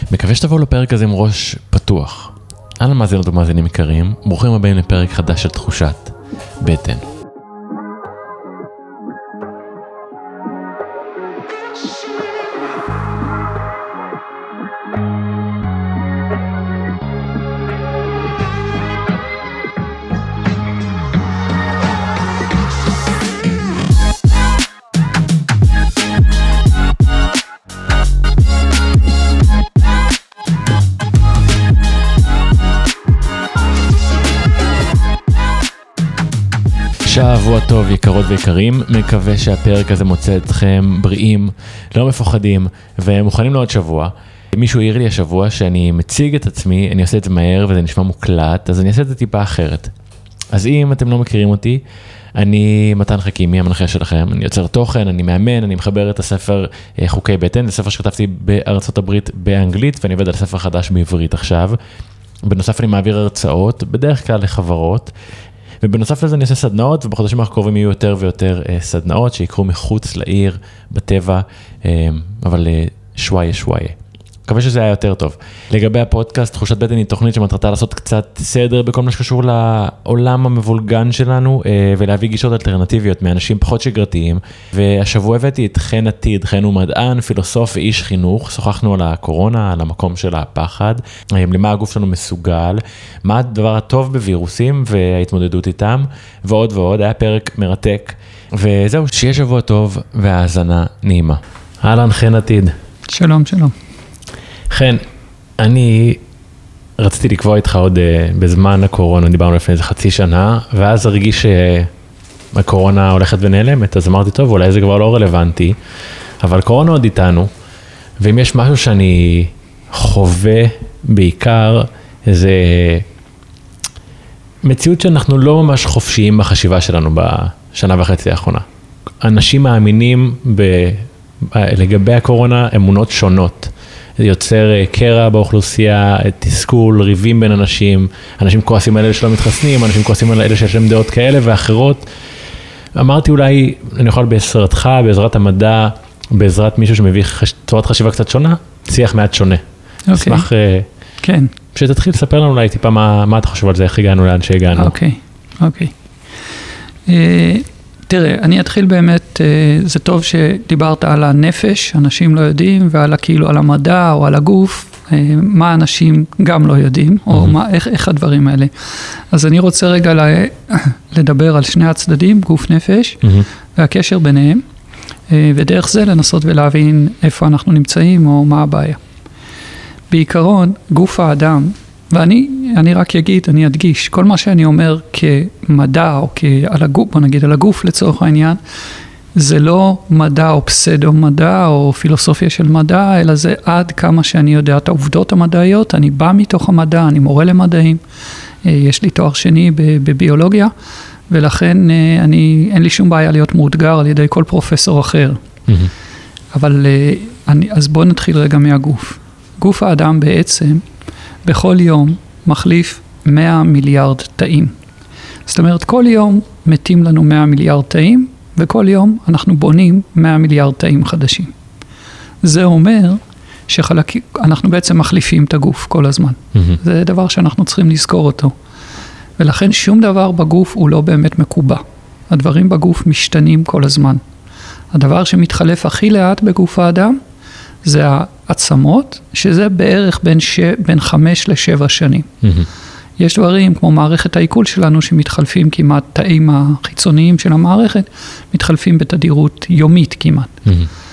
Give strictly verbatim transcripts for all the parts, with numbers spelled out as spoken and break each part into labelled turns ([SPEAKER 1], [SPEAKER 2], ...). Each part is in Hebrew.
[SPEAKER 1] מקווה שתבואו לפרק הזה עם ראש פתוח. אהלן מאזינות ומאזינים יקרים, ברוכים הבאים לפרק חדש של תחושת בטן. שבוע טוב יקרות ויקרים, מקווה שהפרק הזה מוצא אתכם בריאים, לא מפוחדים ומוכנים לעוד שבוע. מישהו העיר לי השבוע שאני מציג את עצמי, אני עושה את זה מהר וזה נשמע מוקלט, אז אני אעשה את זה טיפה אחרת. אז אם אתם לא מכירים אותי, אני מתן חכימי, המנחה שלכם, אני יוצר תוכן, אני מאמן, אני מחבר את הספר חוקי בטן, זה ספר שכתבתי בארצות הברית באנגלית ואני עובד על ספר חדש בעברית עכשיו. בנוסף אני מעביר הרצאות, בדרך כלל לחברות, ובנוסף לזה אני עושה סדנאות, ובחודשים הקרובים יהיו יותר ויותר סדנאות שיקרו מחוץ לעיר, בטבע, אבל שוואיה שוואיה. מקווה שזה היה יותר טוב. לגבי הפודקאסט, תחושת בטן היא תוכנית שמטרתה לעשות קצת סדר בכל מה שקשור לעולם המבולגן שלנו, ולהביא גישות אלטרנטיביות מאנשים פחות שגרתיים. והשבוע הבאתי את חן עתיד, חן הוא מדען, פילוסוף ואיש חינוך. שוחחנו על הקורונה, על המקום של הפחד, למה הגוף שלנו מסוגל, מה הדבר הטוב בווירוסים וההתמודדות איתם, ועוד ועוד. היה פרק מרתק. וזהו, שיהיה שבוע טוב והאזנה נעימה. אהלן חן עתיד.
[SPEAKER 2] שלום, שלום.
[SPEAKER 1] כן, אני רציתי לקבוע איתך עוד בזמן הקורונה, דיברנו לפני איזה חצי שנה, ואז הרגיש שהקורונה הולכת ונעלמת, אז אמרתי, טוב, אולי זה כבר לא רלוונטי, אבל קורונה עוד איתנו, ואם יש משהו שאני חווה בעיקר, זה מציאות שאנחנו לא ממש חופשיים בחשיבה שלנו בשנה וחצי האחרונה. אנשים מאמינים ב... לגבי הקורונה אמונות שונות. זה יוצר קרע באוכלוסייה, תסכול, ריבים בין אנשים, אנשים כועסים על אלה שלא מתחסנים, אנשים כועסים על אלה שיש להם דעות כאלה ואחרות. אמרתי אולי, אני יכול בעזרתך, בעזרת המדע, בעזרת מישהו שמביא צורת חשיבה קצת שונה, שיח מעט שונה.
[SPEAKER 2] אוקיי.
[SPEAKER 1] אשמח,
[SPEAKER 2] כן.
[SPEAKER 1] שתתחיל לספר לנו אולי טיפה מה, מה אתה חושב על זה, איך הגענו לאן שהגענו.
[SPEAKER 2] אוקיי, אוקיי. תראה, אני אתחיל באמת, זה טוב שדיברת על הנפש, אנשים לא יודעים, ועל כאילו על המדע או על הגוף, מה אנשים גם לא יודעים, או מה, איך, איך הדברים האלה. אז אני רוצה רגע לדבר על שני הצדדים, גוף נפש, והקשר ביניהם, ודרך זה לנסות ולהבין איפה אנחנו נמצאים, או מה הבעיה. בעיקרון, גוף האדם, ואני אני רק אגיד, אני אדגיש, כל מה שאני אומר כמדע או כעל הגוף, בוא נגיד על הגוף לצורך העניין, זה לא מדע או פסדו מדע או פילוסופיה של מדע, אלא זה עד כמה שאני יודע את העובדות המדעיות, אני בא מתוך המדע, אני מורה למדעים, יש לי תואר שני בביולוגיה, ולכן אני, אין לי שום בעיה להיות מאותגר על ידי כל פרופסור אחר. Mm-hmm. אבל אני, אז בואו נתחיל רגע מהגוף. גוף האדם בעצם, בכל יום מחליף מאה מיליארד תאים. זאת אומרת, כל יום מתים לנו מאה מיליארד תאים, וכל יום אנחנו בונים מאה מיליארד תאים חדשים. זה אומר שאנחנו בעצם מחליפים את הגוף כל הזמן. Mm-hmm. זה דבר שאנחנו צריכים לזכור אותו. ולכן שום דבר בגוף הוא לא באמת מקובע. הדברים בגוף משתנים כל הזמן. הדבר שמתחלף הכי לאט בגוף האדם, זה העצמות, שזה בערך בין, ש... בין חמש לשבע שנים. Mm-hmm. יש דברים כמו מערכת העיכול שלנו, שמתחלפים כמעט, תאים החיצוניים של המערכת, מתחלפים בתדירות יומית כמעט. Mm-hmm.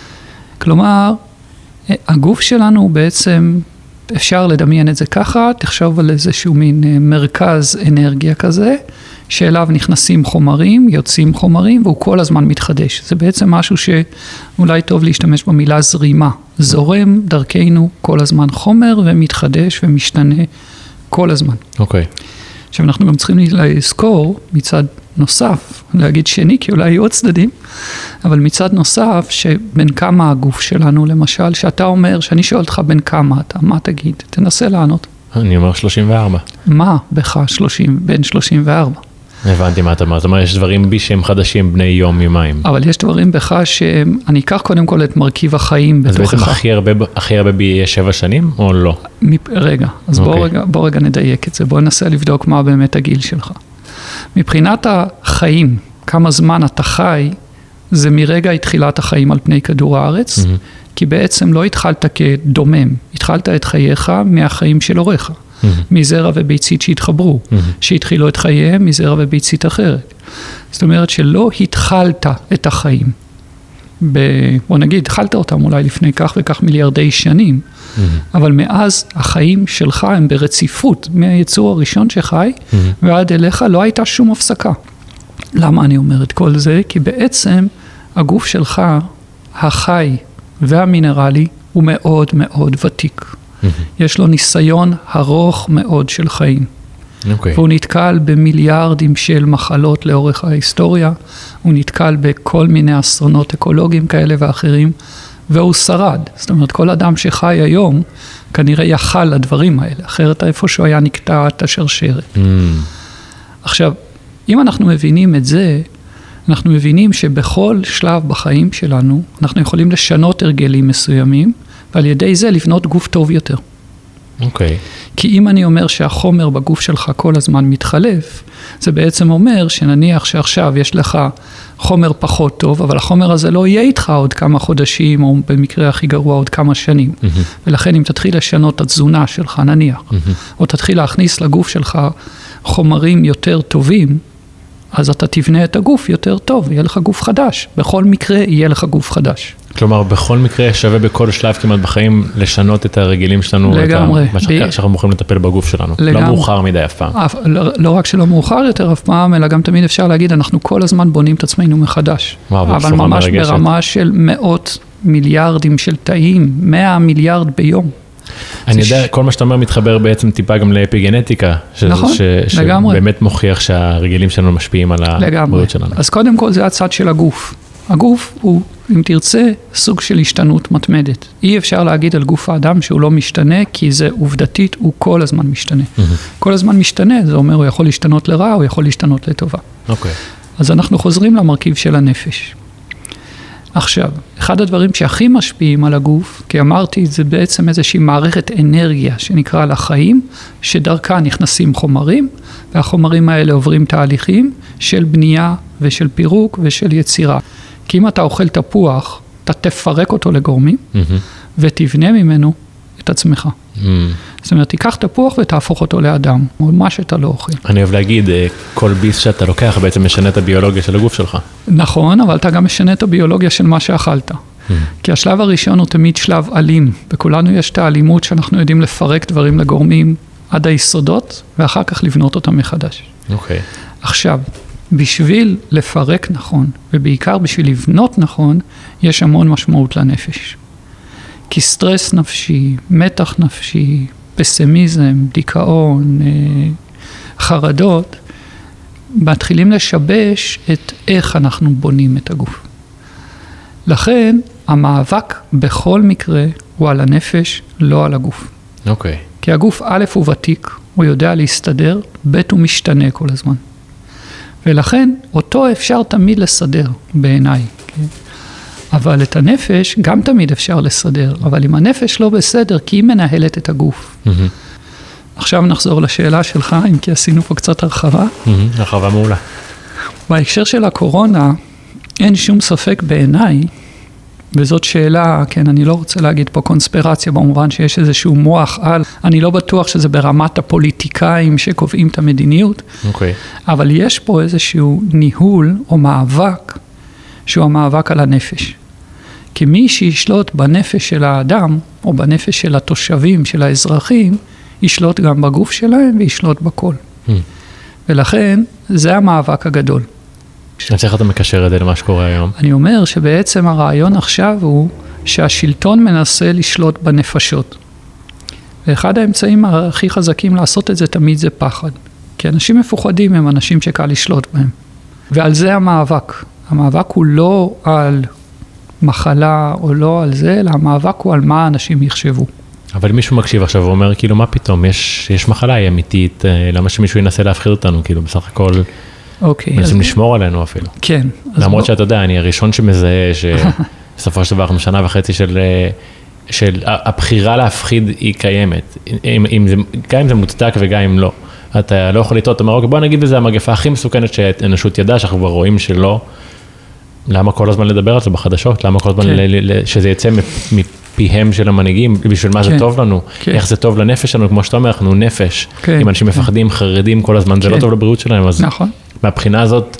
[SPEAKER 2] כלומר, הגוף שלנו בעצם, אפשר לדמיין את זה ככה, תחשוב על איזשהו מין מרכז אנרגיה כזה, שאליו נכנסים חומרים, יוצאים חומרים, והוא כל הזמן מתחדש. זה בעצם משהו שאולי טוב להשתמש במילה זרימה. זורם דרכנו כל הזמן חומר, ומתחדש ומשתנה כל הזמן.
[SPEAKER 1] אוקיי.
[SPEAKER 2] עכשיו אנחנו גם צריכים לזכור מצד נוסף, להגיד שני, כי אולי יהיו עוד צדדים, אבל מצד נוסף, שבין כמה הגוף שלנו, למשל, שאתה אומר, שאני שואל אותך בין כמה אתה, מה תגיד? תנסה לענות.
[SPEAKER 1] אני אומר שלושים וארבע.
[SPEAKER 2] מה בך שלושים, בין שלושים וארבע?
[SPEAKER 1] הבנתי מה אתה אומר, זאת אומרת, יש דברים בי שהם חדשים בני יום, יומיים.
[SPEAKER 2] אבל יש דברים בך שאני אקח קודם כל את מרכיב החיים בתוכך.
[SPEAKER 1] אז בעצם הכי הרבה, הכי הרבה בי יהיה שבע שנים, או לא?
[SPEAKER 2] רגע, אז okay. בוא, רגע, בוא רגע נדייק את זה, בוא ננסה לבדוק מה באמת הגיל שלך. מבחינת החיים, כמה זמן אתה חי, זה מרגע התחילת החיים על פני כדור הארץ, mm-hmm. כי בעצם לא התחלת כדומם, התחלת את חייך מהחיים של הוריך. Mm-hmm. מזרע וביצית שהתחברו, mm-hmm. שהתחילו את חייהם מזרע וביצית אחרת. זאת אומרת שלא התחלת את החיים, ב, בוא נגיד, התחלת אותם אולי לפני כך וכך מיליארדי שנים, mm-hmm. אבל מאז החיים שלך הם ברציפות, מהיצור הראשון שחי, mm-hmm. ועד אליך לא הייתה שום הפסקה. למה אני אומר את כל זה? כי בעצם הגוף שלך, החי והמינרלי, הוא מאוד מאוד ותיק. יש לו ניסיון ארוך מאוד של חיים. Okay. והוא נתקל במיליארדים של מחלות לאורך ההיסטוריה, הוא נתקל בכל מיני אסונות אקולוגיים כאלה ואחרים, והוא שרד. זאת אומרת, כל אדם שחי היום, כנראה יחל לדברים האלה, אחרת איפה שהוא היה נקטע את השרשרת. Mm. עכשיו, אם אנחנו מבינים את זה, אנחנו מבינים שבכל שלב בחיים שלנו, אנחנו יכולים לשנות הרגלים מסוימים, ועל ידי זה לבנות גוף טוב יותר.
[SPEAKER 1] אוקיי. Okay.
[SPEAKER 2] כי אם אני אומר שהחומר בגוף שלך כל הזמן מתחלף, זה בעצם אומר שנניח שעכשיו יש לך חומר פחות טוב, אבל החומר הזה לא יהיה איתך עוד כמה חודשים, או במקרה הכי גרוע עוד כמה שנים. Mm-hmm. ולכן אם תתחיל לשנות את התזונה שלך, נניח, mm-hmm. או תתחיל להכניס לגוף שלך חומרים יותר טובים, אז אתה תבנה את הגוף יותר טוב, יהיה לך גוף חדש. בכל מקרה יהיה לך גוף חדש.
[SPEAKER 1] כלומר, בכל מקרה שווה בכל שלב כמעט בחיים לשנות את הרגילים שלנו,
[SPEAKER 2] לגמרי.
[SPEAKER 1] את מה שאנחנו מוכנים לטפל בגוף שלנו.
[SPEAKER 2] לגמרי.
[SPEAKER 1] לא מאוחר מדי אף פעם.
[SPEAKER 2] אף, לא, לא רק שלא מאוחר יותר אף פעם, אלא גם תמיד אפשר להגיד, אנחנו כל הזמן בונים את עצמנו מחדש.
[SPEAKER 1] וואו,
[SPEAKER 2] אבל ממש מרגשת. ברמה של מאות מיליארדים של תאים, מאה מיליארד ביום.
[SPEAKER 1] אני יודע, כל מה שאתה אומר מתחבר בעצם טיפה גם לאפיגנטיקה,
[SPEAKER 2] נכון, לגמרי.
[SPEAKER 1] שבאמת מוכיח שהרגילים שלנו משפיעים על הבריאות שלנו.
[SPEAKER 2] אז קודם כל זה הצד של הגוף. הגוף הוא, אם תרצה, סוג של השתנות מתמדת. אי אפשר להגיד על גוף האדם שהוא לא משתנה, כי זה עובדתית, הוא כל הזמן משתנה. כל הזמן משתנה, זה אומר הוא יכול להשתנות לרע, הוא יכול להשתנות לטובה.
[SPEAKER 1] אוקיי.
[SPEAKER 2] אז אנחנו חוזרים למרכיב של הנפש. עכשיו, אחד הדברים שהכי משפיעים על הגוף, כי אמרתי, זה בעצם איזושהי מערכת אנרגיה שנקרא לחיים, שדרכה נכנסים חומרים, והחומרים האלה עוברים תהליכים של בנייה ושל פירוק ושל יצירה. כי אם אתה אוכל תפוח, אתה תפרק אותו לגורמים, mm-hmm. ותבנה ממנו את עצמך. Mm. זאת אומרת, תיקח תפוח ותהפוך אותו לאדם, או מה שאתה לא אוכל.
[SPEAKER 1] אני אוהב להגיד, כל ביס שאתה לוקח בעצם משנה את הביולוגיה של הגוף שלך.
[SPEAKER 2] נכון, אבל אתה גם משנה את הביולוגיה של מה שאכלת. Mm. כי השלב הראשון הוא תמיד שלב אלים, וכולנו יש את האלימות שאנחנו יודעים לפרק דברים לגורמים עד היסודות, ואחר כך לבנות אותם מחדש.
[SPEAKER 1] אוקיי.
[SPEAKER 2] עכשיו, בשביל לפרק נכון, ובעיקר בשביל לבנות נכון, יש המון משמעות לנפש. כי סטרס נפשי, מתח נפשי, פסימיזם, דיכאון, חרדות, מתחילים לשבש את איך אנחנו בונים את הגוף. לכן, המאבק בכל מקרה הוא על הנפש, לא על הגוף.
[SPEAKER 1] אוקיי.
[SPEAKER 2] כי הגוף א' הוא ותיק, הוא יודע להסתדר, ב' הוא משתנה כל הזמן. ולכן, אותו אפשר תמיד לסדר בעיניי. כן? אבל את הנפש גם תמיד אפשר לסדר, אבל אם הנפש לא בסדר, כי היא מנהלת את הגוף. Mm-hmm. עכשיו נחזור לשאלה שלך, אם כי עשינו פה קצת הרחבה.
[SPEAKER 1] Mm-hmm, הרחבה מעולה.
[SPEAKER 2] בהקשר של הקורונה, אין שום ספק בעיניי, וזאת שאלה, כן, אני לא רוצה להגיד פה קונספירציה, במובן שיש איזשהו מוח על, אני לא בטוח שזה ברמת הפוליטיקאים שקובעים את המדיניות,
[SPEAKER 1] אוקיי.
[SPEAKER 2] אבל יש פה איזשהו ניהול או מאבק, שהוא המאבק על הנפש. כי מי שישלוט בנפש של האדם, או בנפש של התושבים, של האזרחים, ישלוט גם בגוף שלהם וישלוט בכל. Hmm. ולכן, זה המאבק הגדול.
[SPEAKER 1] אז איך אתה מקשר את זה למה שקורה היום?
[SPEAKER 2] אני אומר שבעצם הרעיון עכשיו הוא שהשלטון מנסה לשלוט בנפשות. ואחד האמצעים הכי חזקים לעשות את זה תמיד זה פחד. כי אנשים מפוחדים הם אנשים שקל לשלוט בהם. ועל זה המאבק. המאבק הוא לא על מחלה או לא על זה, אלא המאבק הוא על מה האנשים יחשבו.
[SPEAKER 1] אבל מישהו מקשיב עכשיו ואומר, כאילו, מה פתאום? יש, יש מחלה, היא אמיתית, למה שמישהו ינסה להפחיד אותנו? כאילו, בסך הכל...
[SPEAKER 2] אוקיי.
[SPEAKER 1] מנסים לשמור עלינו אפילו.
[SPEAKER 2] כן.
[SPEAKER 1] למרות שאתה יודע, אני הראשון שמזהה שבסופו של דבר אנחנו שנה וחצי של, של הבחירה להפחיד היא קיימת. אם, אם זה, גם אם זה מוצדק וגם אם לא. אתה לא יכול לטעות, אתה אומר, אוקיי, בוא נגיד וזה המגפה הכי מסוכנת שהאנושות ידעה, שאנחנו כבר רואים שלא. למה כל הזמן לדבר על זה בחדשות? למה כל הזמן כן. שזה יצא מפיהם של המנהיגים, בשביל מה כן. זה טוב לנו? כן. איך זה טוב לנפש שלנו? כמו שאתה אומר, אנחנו נפש. כן. אם אנשים כן. מפחדים, חרדים כל הזמן, כן. זה לא טוב לבריאות שלהם. אז נכון. מהבחינה הזאת,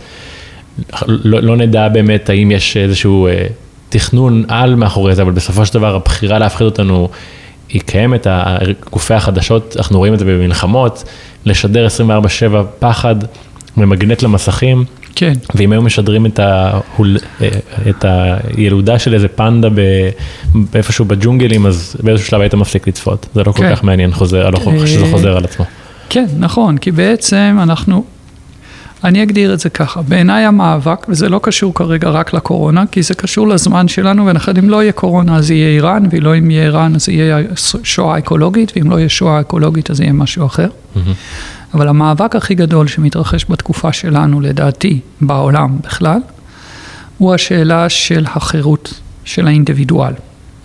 [SPEAKER 1] לא, לא נדע באמת האם יש איזשהו אה, תכנון על מאחורי זה, אבל בסופו של דבר הבחירה להפחיד אותנו, היא קיימת, גופי החדשות, אנחנו רואים את זה במלחמות, לשדר עשרים וארבע שבע פחד, ממגנט למסכים, כן. ואם היו משדרים את, ההול, את הילודה של איזה פנדה באיפשהו בג'ונגלים, אז באיזשהו שלב היית מפסיק לצפות. זה לא כל כן. כך מעניין חוזר, לא חושב שזה חוזר על עצמו.
[SPEAKER 2] כן, נכון, כי בעצם אנחנו, אני אגדיר את זה ככה, בעיניי המאבק, וזה לא קשור כרגע רק לקורונה, כי זה קשור לזמן שלנו, ולכן אם לא יהיה קורונה אז יהיה איראן, ואם לא יהיה איראן אז יהיה שואה אקולוגית, ואם לא יהיה שואה אקולוגית אז יהיה משהו אחר. אבל המאבק הכי גדול שמתרחש בתקופה שלנו, לדעתי, בעולם בכלל, הוא השאלה של החירות של האינדיבידואל.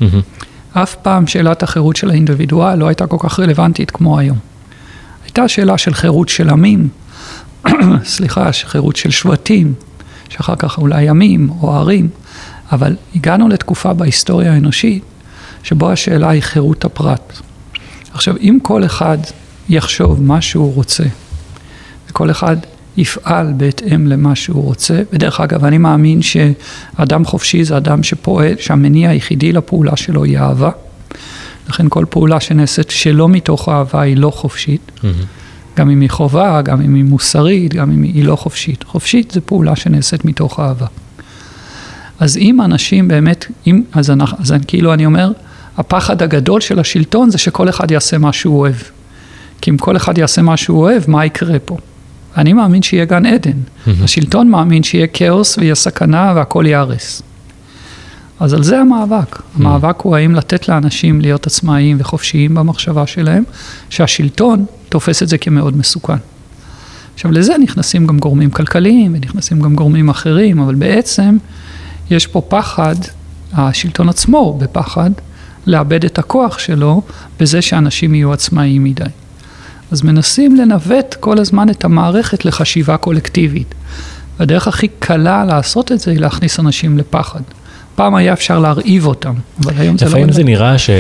[SPEAKER 2] אף פעם שאלת החירות של האינדיבידואל לא הייתה כל כך רלוונטית כמו היום. הייתה שאלה של חירות של עמים, סליחה, חירות של שבטים, שאחר כך אולי עמים או ערים, אבל הגענו לתקופה בהיסטוריה האנושית, שבו השאלה היא חירות הפרט. עכשיו, אם כל אחד יחשוב מה שהוא רוצה, וכל אחד יפעל בהתאם למה שהוא רוצה, ודרך אגב, אני מאמין שאדם חופשי זה אדם שפועל, שהמניע היחידי לפעולה שלו היא אהבה, לכן כל פעולה שנעשית שלא מתוך אהבה היא לא חופשית, mm-hmm. גם אם היא חובה, גם אם היא מוסרית, גם אם היא לא חופשית. חופשית זה פעולה שנעשית מתוך אהבה. אז אם אנשים באמת, אם, אז, אני, אז אני, כאילו אני אומר, הפחד הגדול של השלטון זה שכל אחד יעשה מה שהוא אוהב. כי אם כל אחד יעשה מה שהוא אוהב, מה יקרה פה? אני מאמין שיהיה גן עדן. Mm-hmm. השלטון מאמין שיהיה כאוס ויהיה סכנה והכל יערס. אז על זה המאבק. Mm-hmm. המאבק הוא האם לתת לאנשים להיות עצמאיים וחופשיים במחשבה שלהם, שהשלטון תופס את זה כמאוד מסוכן. עכשיו לזה נכנסים גם גורמים כלכליים ונכנסים גם גורמים אחרים, אבל בעצם יש פה פחד, השלטון עצמו בפחד, לאבד את הכוח שלו בזה שאנשים יהיו עצמאיים מדי. אז מנסים לנווט כל הזמן את המערכת לחשיבה קולקטיבית. והדרך הכי קלה לעשות את זה היא להכניס אנשים לפחד. פעם היה אפשר להרעיב אותם, אבל היום זה לא...
[SPEAKER 1] לפעמים זה נראה ש...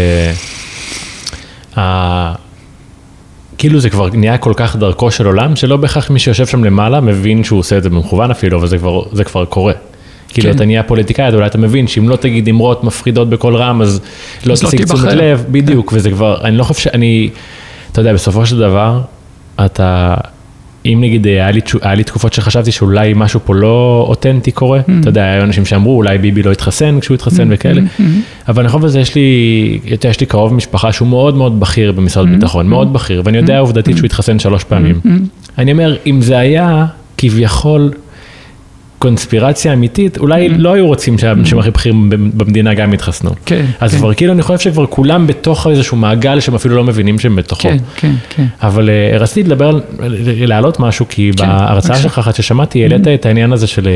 [SPEAKER 1] כאילו זה כבר נהיה כל כך דרכו של עולם, שלא בהכרח מי שיושב שם למעלה מבין שהוא עושה את זה במכוון אפילו, אבל זה כבר, זה כבר קורה. כאילו אתה נהיה פוליטיקאי, אולי אתה מבין שאם לא תגיד אמרות מפחידות בכל רם, אז לא תשיג תשומת לב, בדיוק, וזה כבר, אני לא חושב שאני, אתה יודע, בסופו של דבר, אתה, אם נגיד היה לי, היה לי תקופות שחשבתי שאולי משהו פה לא אותנטי קורה, אתה יודע, היו אנשים שאמרו, אולי ביבי לא התחסן כשהוא התחסן וכאלה, אבל אני חושב שזה יש לי, יש לי קרוב משפחה שהוא מאוד מאוד בכיר במשרד ביטחון, מאוד בכיר, ואני יודע עובדתית שהוא התחסן שלוש פעמים. אני אומר, אם זה היה כביכול קונספירציה אמיתית, אולי לא היו רוצים שהאנשים הכי בכירים במדינה גם יתחסנו. אז כבר כאילו אני חושב שכבר כולם בתוך איזשהו מעגל שהם אפילו לא מבינים שהם בתוכו. אבל רציתי לדבר, להעלות משהו, כי בהרצאה שלך אחת ששמעתי, העלית את העניין הזה של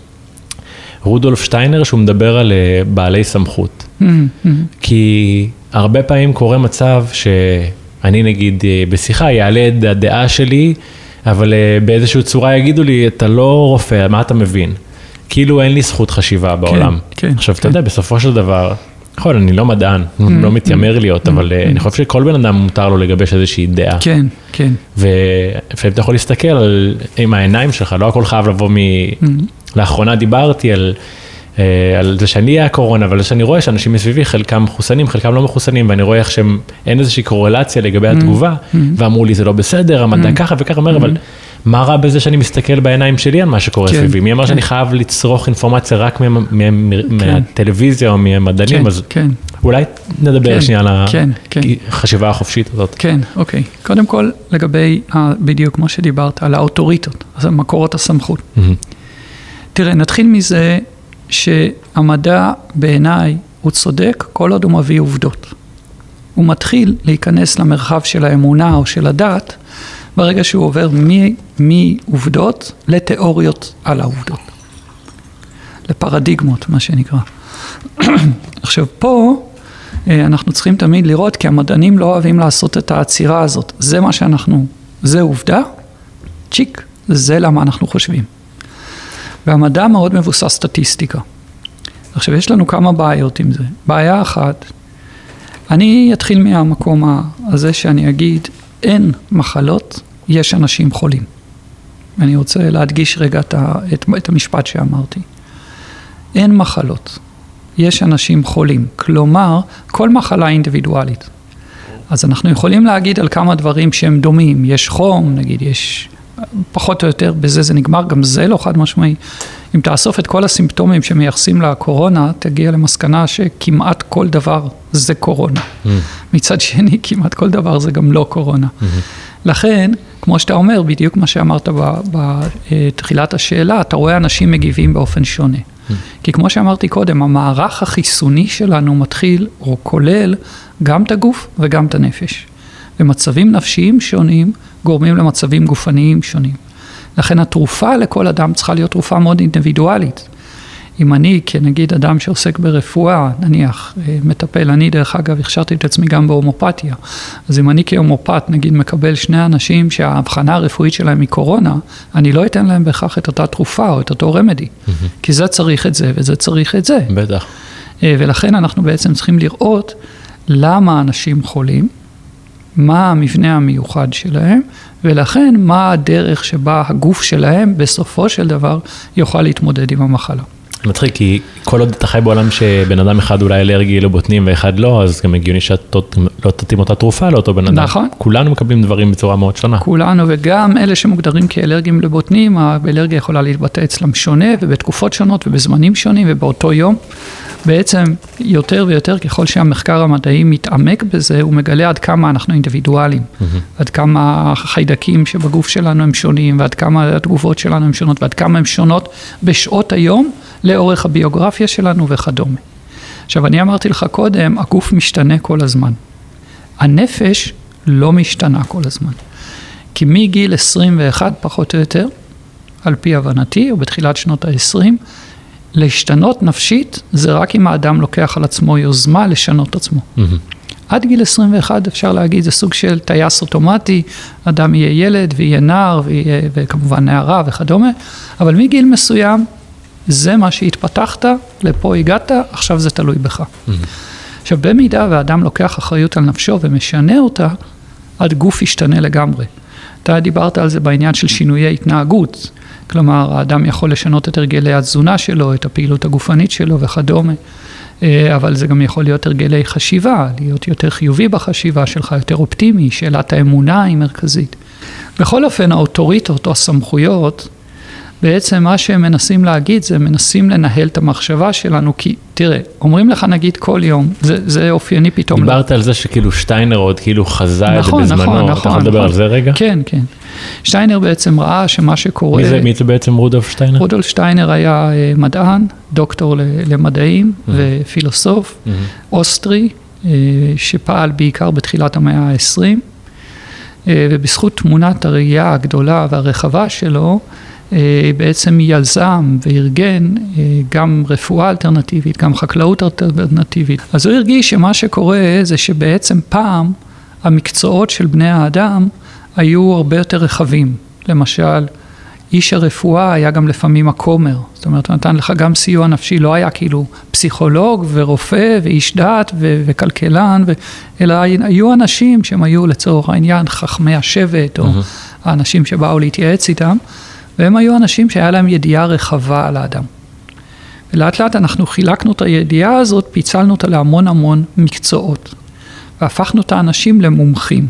[SPEAKER 1] רודולף שטיינר, שהוא מדבר על בעלי סמכות. כי הרבה פעמים קורה מצב שאני נגיד בשיחה יעלה את הדעה שלי, אבל באיזושהי צורה יגידו לי, אתה לא רופא, מה אתה מבין? כאילו אין לי זכות חשיבה בעולם. עכשיו, אתה יודע, בסופו של דבר, יכול, אני לא מדען, לא מתיימר להיות, אבל אני חושב שכל בן אדם מותר לו לגבש איזושהי דעה.
[SPEAKER 2] כן, כן.
[SPEAKER 1] ואתה יכול להסתכל עם העיניים שלך, לא הכל חייב לבוא מ... לאחרונה דיברתי על... על זה שאני אהיה הקורונה, אבל שאני רואה שאנשים מסביבי, חלקם מחוסנים, חלקם לא מחוסנים, ואני רואה איך שהם, אין איזושהי קורלציה לגבי התגובה, ואמרו לי, זה לא בסדר, המדע ככה וככה אומר, אבל מה רע בזה שאני מסתכל בעיניים שלי על מה שקורה סביבי? מי אמר שאני חייב לצרוך אינפורמציה רק מהטלוויזיה או מהמדענים, אז אולי נדבר שנייה על החשיבה החופשית הזאת.
[SPEAKER 2] כן, אוקיי. קודם כל, לגבי, בדיוק כמו שדיברת, על האוטוריטות, אז מקורות הסמכות. תראה, נתחיל מזה שהמדע בעיניי הוא צודק כל עוד הוא מביא עובדות. הוא מתחיל להיכנס למרחב של האמונה או של הדת ברגע שהוא עובר מעובדות לתיאוריות על העובדות. לפרדיגמות, מה שנקרא. עכשיו פה, אנחנו צריכים תמיד לראות, כי המדענים לא אוהבים לעשות את העצירה הזאת. זה מה שאנחנו, זה עובדה, צ'יק, זה למה אנחנו חושבים. והמדע מאוד מבוסס סטטיסטיקה. עכשיו, יש לנו כמה בעיות עם זה. בעיה אחת, אני אתחיל מהמקום הזה שאני אגיד, אין מחלות, יש אנשים חולים. אני רוצה להדגיש רגע את, את, את המשפט שאמרתי. אין מחלות, יש אנשים חולים. כלומר, כל מחלה אינדיבידואלית. אז אנחנו יכולים להגיד על כמה דברים שהם דומים. יש חום, נגיד, יש פחות או יותר, בזה זה נגמר, גם זה לא חד משמעי. אם תאסוף את כל הסימפטומים שמייחסים לקורונה, תגיע למסקנה שכמעט כל דבר זה קורונה. Mm. מצד שני, כמעט כל דבר זה גם לא קורונה. Mm-hmm. לכן, כמו שאתה אומר, בדיוק מה שאמרת בתחילת השאלה, אתה רואה אנשים מגיבים באופן שונה. Mm. כי כמו שאמרתי קודם, המערך החיסוני שלנו מתחיל או כולל גם את הגוף וגם את הנפש. ומצבים נפשיים שונים גורמים למצבים גופניים שונים. לכן התרופה לכל אדם צריכה להיות תרופה מאוד אינדיבידואלית. אם אני, כנגיד אדם שעוסק ברפואה, נניח, מטפל, אני דרך אגב, הכשרתי את עצמי גם בהומופתיה, אז אם אני כהומופת, נגיד, מקבל שני אנשים שההבחנה הרפואית שלהם היא קורונה, אני לא אתן להם בכך את אותה תרופה או את אותו רמדי, mm-hmm. כי זה צריך את זה וזה צריך את זה.
[SPEAKER 1] בטח.
[SPEAKER 2] ולכן אנחנו בעצם צריכים לראות למה אנשים חולים, מה המבנה המיוחד שלהם, ולכן מה הדרך שבה הגוף שלהם בסופו של דבר יוכל להתמודד עם המחלה.
[SPEAKER 1] מצחיק, כי כל עוד אתה חי בעולם שבן אדם אחד אולי אלרגי לבוטנים ואחד לא, אז גם הגיוני שאתה לא תתאים אותה תרופה לאותו בן אדם.
[SPEAKER 2] נכון.
[SPEAKER 1] כולנו מקבלים דברים בצורה מאוד שונה.
[SPEAKER 2] כולנו, וגם אלה שמוגדרים כאלרגיים לבוטנים, האלרגיה יכולה להתבטא אצלם שונה, ובתקופות שונות ובזמנים שונים ובאותו יום. בעצם יותר ויותר ככל שהמחקר המדעי מתעמק בזה, הוא מגלה עד כמה אנחנו אינדיבידואלים, mm-hmm. עד כמה החיידקים שבגוף שלנו הם שונים, ועד כמה התגובות שלנו הם שונות, ועד כמה הם שונות בשעות היום, לאורך הביוגרפיה שלנו וכדומה. עכשיו, אני אמרתי לך קודם, הגוף משתנה כל הזמן. הנפש לא משתנה כל הזמן. כי מגיל עשרים ואחת פחות או יותר, על פי הבנתי, או בתחילת שנות ה-עשרים, להשתנות נפשית, זה רק אם האדם לוקח על עצמו יוזמה לשנות עצמו. Mm-hmm. עד גיל עשרים ואחת אפשר להגיד, זה סוג של טייס אוטומטי, אדם יהיה ילד ויהיה נער, ויהיה, וכמובן נערה וכדומה, אבל מגיל מסוים, זה מה שהתפתחת, לפה הגעת, עכשיו זה תלוי בך. Mm-hmm. עכשיו, במידה והאדם לוקח אחריות על נפשו ומשנה אותה, עד גוף ישתנה לגמרי. אתה דיברת על זה בעניין של שינויי התנהגות, כלומר, האדם יכול לשנות את הרגלי התזונה שלו, את הפעילות הגופנית שלו וכדומה, אבל זה גם יכול להיות הרגלי חשיבה, להיות יותר חיובי בחשיבה שלך, יותר אופטימי, שאלת האמונה היא מרכזית. בכל אופן, האוטוריטות או הסמכויות, בעצם מה שהם מנסים להגיד, זה מנסים לנהל את המחשבה שלנו, כי תראה, אומרים לך נגיד כל יום, זה, זה אופייני פתאום.
[SPEAKER 1] דיברת על זה שכאילו שטיינר עוד כאילו חזה את זה בזמנו,
[SPEAKER 2] נכון,
[SPEAKER 1] אתה
[SPEAKER 2] נכון,
[SPEAKER 1] יכול לדבר
[SPEAKER 2] נכון.
[SPEAKER 1] על זה רגע?
[SPEAKER 2] כן, כן. שטיינר בעצם ראה שמה שקורה...
[SPEAKER 1] מי זה, מי זה בעצם רודולף שטיינר?
[SPEAKER 2] רודולף שטיינר היה מדען, דוקטור למדעים mm-hmm. ופילוסוף, mm-hmm. אוסטרי, שפעל בעיקר בתחילת המאה ה-עשרים, ובזכות תמונת הראייה הגדולה והרחבה שלו, בעצם יזם וארגן גם רפואה אלטרנטיבית, גם חקלאות אלטרנטיבית. אז הוא הרגיש שמה שקורה זה שבעצם פעם המקצועות של בני האדם היו הרבה יותר רחבים. למשל, איש הרפואה היה גם לפעמים הכומר. זאת אומרת, הוא נתן לך גם סיוע נפשי, לא היה כאילו פסיכולוג ורופא ואיש דת ו- וכלכלן, ו- אלא היו אנשים שהם היו לצורך העניין חכמי השבט, או mm-hmm. האנשים שבאו להתייעץ איתם, והם היו אנשים שהיה להם ידיעה רחבה על האדם. ולאט לאט אנחנו חילקנו את הידיעה הזאת, פיצלנו אותה להמון המון מקצועות, והפכנו את האנשים למומחים.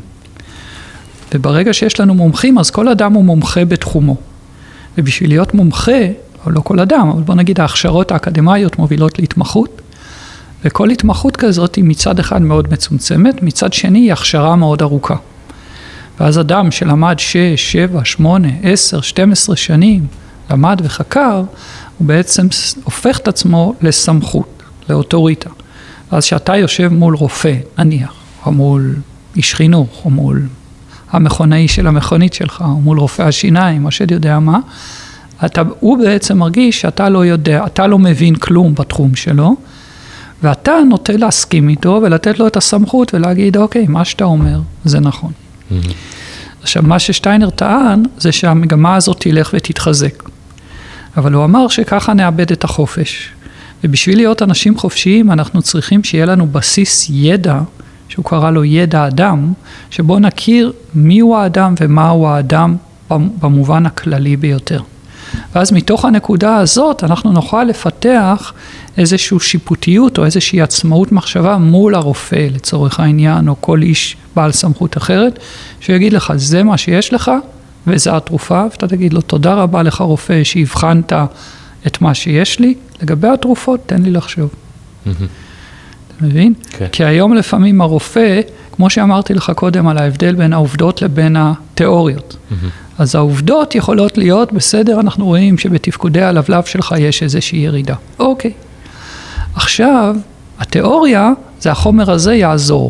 [SPEAKER 2] וברגע שיש לנו מומחים, אז כל אדם הוא מומחה בתחומו. ובשביל להיות מומחה, או לא כל אדם, אבל בוא נגיד ההכשרות האקדמיות מובילות להתמחות, וכל התמחות כזאת היא מצד אחד מאוד מצומצמת, מצד שני היא הכשרה מאוד ארוכה. ואז אדם שלמד שש, שבע, שמונה, עשר, שתים עשרה שנים, למד וחקר, הוא בעצם הופך את עצמו לסמכות, לאוטוריטה. ואז שאתה יושב מול רופא, נניח, או מול איש חינוך, או מול המכונאי של המכונית שלך, או מול רופא השיניים, או שאני יודע מה, אתה, הוא בעצם מרגיש שאתה לא יודע, אתה לא מבין כלום בתחום שלו, ואתה נוטה להסכים איתו, ולתת לו את הסמכות, ולהגיד, אוקיי, מה שאתה אומר, זה נכון. Mm-hmm. עכשיו, מה ששטיינר טען, זה שהמגמה הזאת תלך ותתחזק. אבל הוא אמר שככה נאבד את החופש. ובשביל להיות אנשים חופשיים, אנחנו צריכים שיהיה לנו בסיס ידע, שהוא קרא לו ידע אדם, שבו נכיר מיהו האדם ומהו האדם במובן הכללי ביותר. ואז מתוך הנקודה הזאת, אנחנו נוכל לפתח איזושהי שיפוטיות או איזושהי עצמאות מחשבה מול הרופא, לצורך העניין, או כל איש בעל סמכות אחרת, שיגיד לך, זה מה שיש לך, וזה התרופה, ואתה תגיד לו, תודה רבה לך רופא, שהבחנת את מה שיש לי, לגבי התרופות, תן לי לחשוב. אתה מבין? כי היום לפעמים הרופא, כמו שאמרתי לך קודם, על ההבדל בין העובדות לבין התיאוריות. אז העובדות יכולות להיות, בסדר, אנחנו רואים שבתפקודי הלבלב שלך יש איזושהי ירידה. אוקיי. עכשיו, התיאוריה, זה החומר הזה יעזור.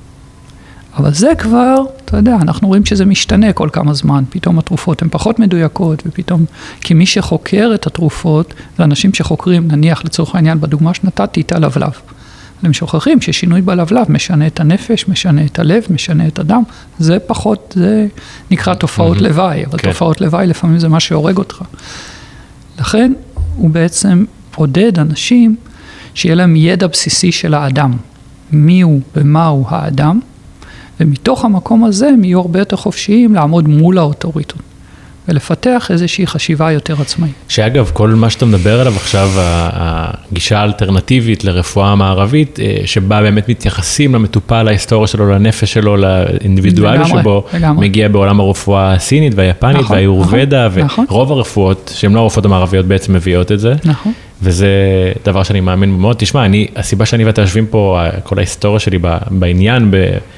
[SPEAKER 2] אבל זה כבר, אתה יודע, אנחנו רואים שזה משתנה כל כמה זמן, פתאום התרופות הן פחות מדויקות, ופתאום, כי מי שחוקר את התרופות, זה אנשים שחוקרים, נניח לצורך העניין, בדוגמה שנתתי את הלבלב. הם שוכחים ששינוי בלבלב משנה את הנפש, משנה את הלב, משנה את הדם, זה פחות, זה נקרא תופעות לוואי, אבל תופעות לוואי לפעמים זה מה שהורג אותך. לכן הוא בעצם עודד אנשים שיהיה להם ידע בסיסי של האדם, מי הוא ומהו האדם, ומתוך המקום הזה הם יהיו הרבה יותר חופשיים לעמוד מול האוטוריטות. ולפתח איזושהי חשיבה יותר עצמאית.
[SPEAKER 1] שאגב, כל מה שאתה מדבר עליו עכשיו, הגישה האלטרנטיבית לרפואה המערבית, שבה באמת מתייחסים למטופל, להיסטוריה שלו, לנפש שלו, לאינדיבידואלי שבו מגיע בעולם הרפואה הסינית והיפנית והאיורבדה, ורוב הרפואות, שהן לא הרפואות המערביות בעצם מביאות את זה, וזה דבר שאני מאמין מאוד. תשמע, הסיבה שאני ואתה יושבים פה, כל ההיסטוריה שלי בעניין,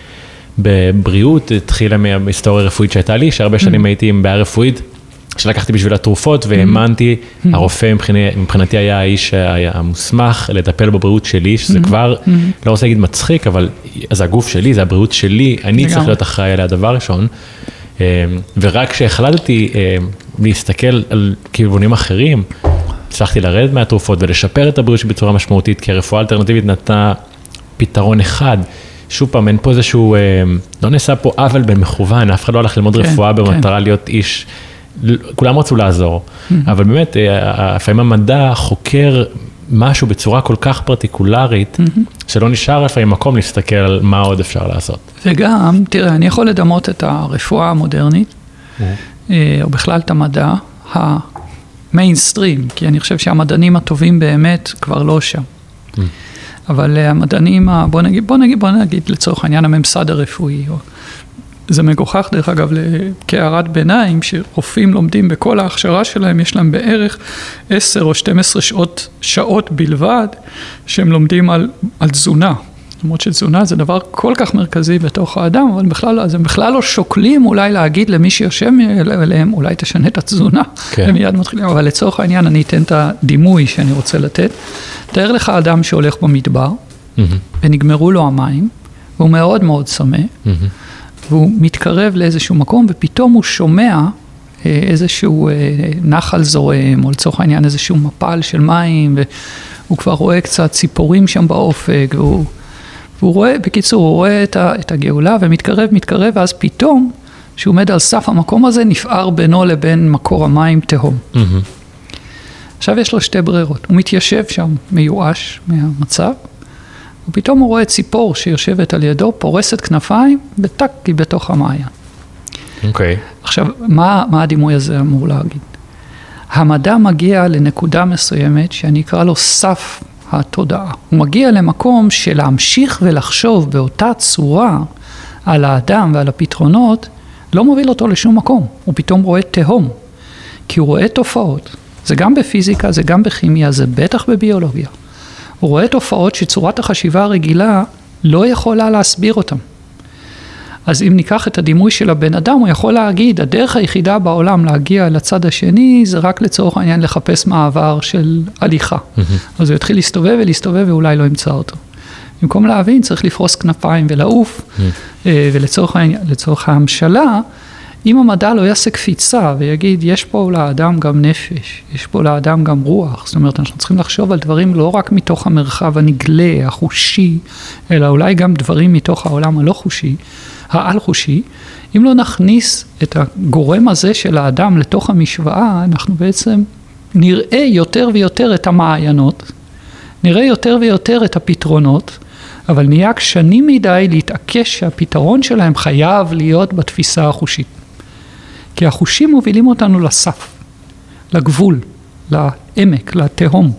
[SPEAKER 1] בבריאות, התחילה מההיסטוריה הרפואית שהייתה לי, שהרבה שנים הייתי עם בעיה רפואית, שלקחתי בשביל התרופות, והאמנתי, הרופא מבחינתי היה האיש המוסמך לטפל בבריאות שלי, שזה כבר, לא רוצה להגיד מצחיק, אבל זה הגוף שלי, זה הבריאות שלי, אני צריך להיות אחראי עליה דבר ראשון, ורק כשהחלטתי להסתכל על כיוונים אחרים, הצלחתי לרדת מהתרופות ולשפר את הבריאות בצורה משמעותית, כי הרפואה האלטרנטיבית נתנה פתרון אחד, שוב פעם, אין פה איזשהו, לא נעשה פה עוול בין מכוון, אף אחד לא הלך ללמוד רפואה במטרה להיות איש, כולם רצו לעזור, אבל באמת, לפעמים המדע חוקר משהו בצורה כל כך פרטיקולרית, שלא נשאר לפעמים מקום להסתכל על מה עוד אפשר לעשות.
[SPEAKER 2] וגם, תראה, אני יכול לדמות את הרפואה המודרנית, או בכלל את המדע, המיינסטרים, כי אני חושב שהמדענים הטובים באמת כבר לא שם. אבל המדענים, בוא נגיד, בוא נגיד, בוא נגיד לצורך העניין הממסד הרפואי, זה מגוחך דרך אגב כהערת ביניים, שרופאים לומדים בכל ההכשרה שלהם, יש להם בערך עשר או שתים עשרה שעות, שעות בלבד, שהם לומדים על, על תזונה. זאת אומרת שתזונה זה דבר כל כך מרכזי בתוך האדם, אבל בכלל, אז הם בכלל לא שוקלים אולי להגיד למי שיושב אליהם, אולי תשנה את התזונה, כן. הם מיד מתחילים, אבל לצורך העניין אני אתן את הדימוי שאני רוצה לתת. תאר לך אדם שהולך במדבר, mm-hmm. ונגמרו לו המים, והוא מאוד מאוד צמא, mm-hmm. והוא מתקרב לאיזשהו מקום, ופתאום הוא שומע איזשהו נחל זורם, או לצורך העניין איזשהו מפל של מים, והוא כבר רואה קצת ציפורים שם באופק, והוא, והוא רואה, בקיצור, הוא רואה את, ה, את הגאולה, ומתקרב, מתקרב, ואז פתאום, שהוא עומד על סף המקום הזה, נפער בינו לבין מקור המים תהום. Mm-hmm. עכשיו יש לו שתי ברירות, הוא מתיישב שם, מיואש מהמצב, ופתאום הוא רואה ציפור שיושבת על ידו, פורסת כנפיים, וטק היא בתוך המעיין.
[SPEAKER 1] אוקיי. Okay.
[SPEAKER 2] עכשיו, מה, מה הדימוי הזה אמור להגיד? המדע מגיע לנקודה מסוימת, שאני אקרא לו סף התודעה. הוא מגיע למקום של להמשיך ולחשוב באותה צורה על האדם ועל הפתרונות, לא מוביל אותו לשום מקום. הוא פתאום רואה תהום, כי הוא רואה תופעות. זה גם בפיזיקה, זה גם בכימיה, זה בטח בביולוגיה. הוא רואה תופעות שצורת החשיבה הרגילה לא יכולה להסביר אותם. אז אם ניקח את הדימוי של הבן אדם, הוא יכול להגיד, הדרך היחידה בעולם להגיע לצד השני, זה רק לצורך העניין לחפש מעבר של הליכה. Mm-hmm. אז הוא יתחיל להסתובב ולהסתובב ואולי לא ימצא אותו. במקום להבין צריך לפרוס כנפיים ולעוף, ולצורך לצורך ההמשלה, אם המדע לא יעשה קפיצה ויגיד, יש פה לאדם גם נפש, יש פה לאדם גם רוח, זאת אומרת, אנחנו צריכים לחשוב על דברים לא רק מתוך המרחב הנגלה, החושי, אלא אולי גם דברים מתוך העולם הלא חושי, העל חושי, אם לא נכניס את הגורם הזה של האדם לתוך המשוואה, אנחנו בעצם נראה יותר ויותר את המעיינות, נראה יותר ויותר את הפתרונות, אבל נהיה קשנים מדי להתעקש שהפתרון שלהם חייב להיות בתפיסה החושית. כי החושים מובילים אותנו לסף, לגבול, לעמק, לתהום.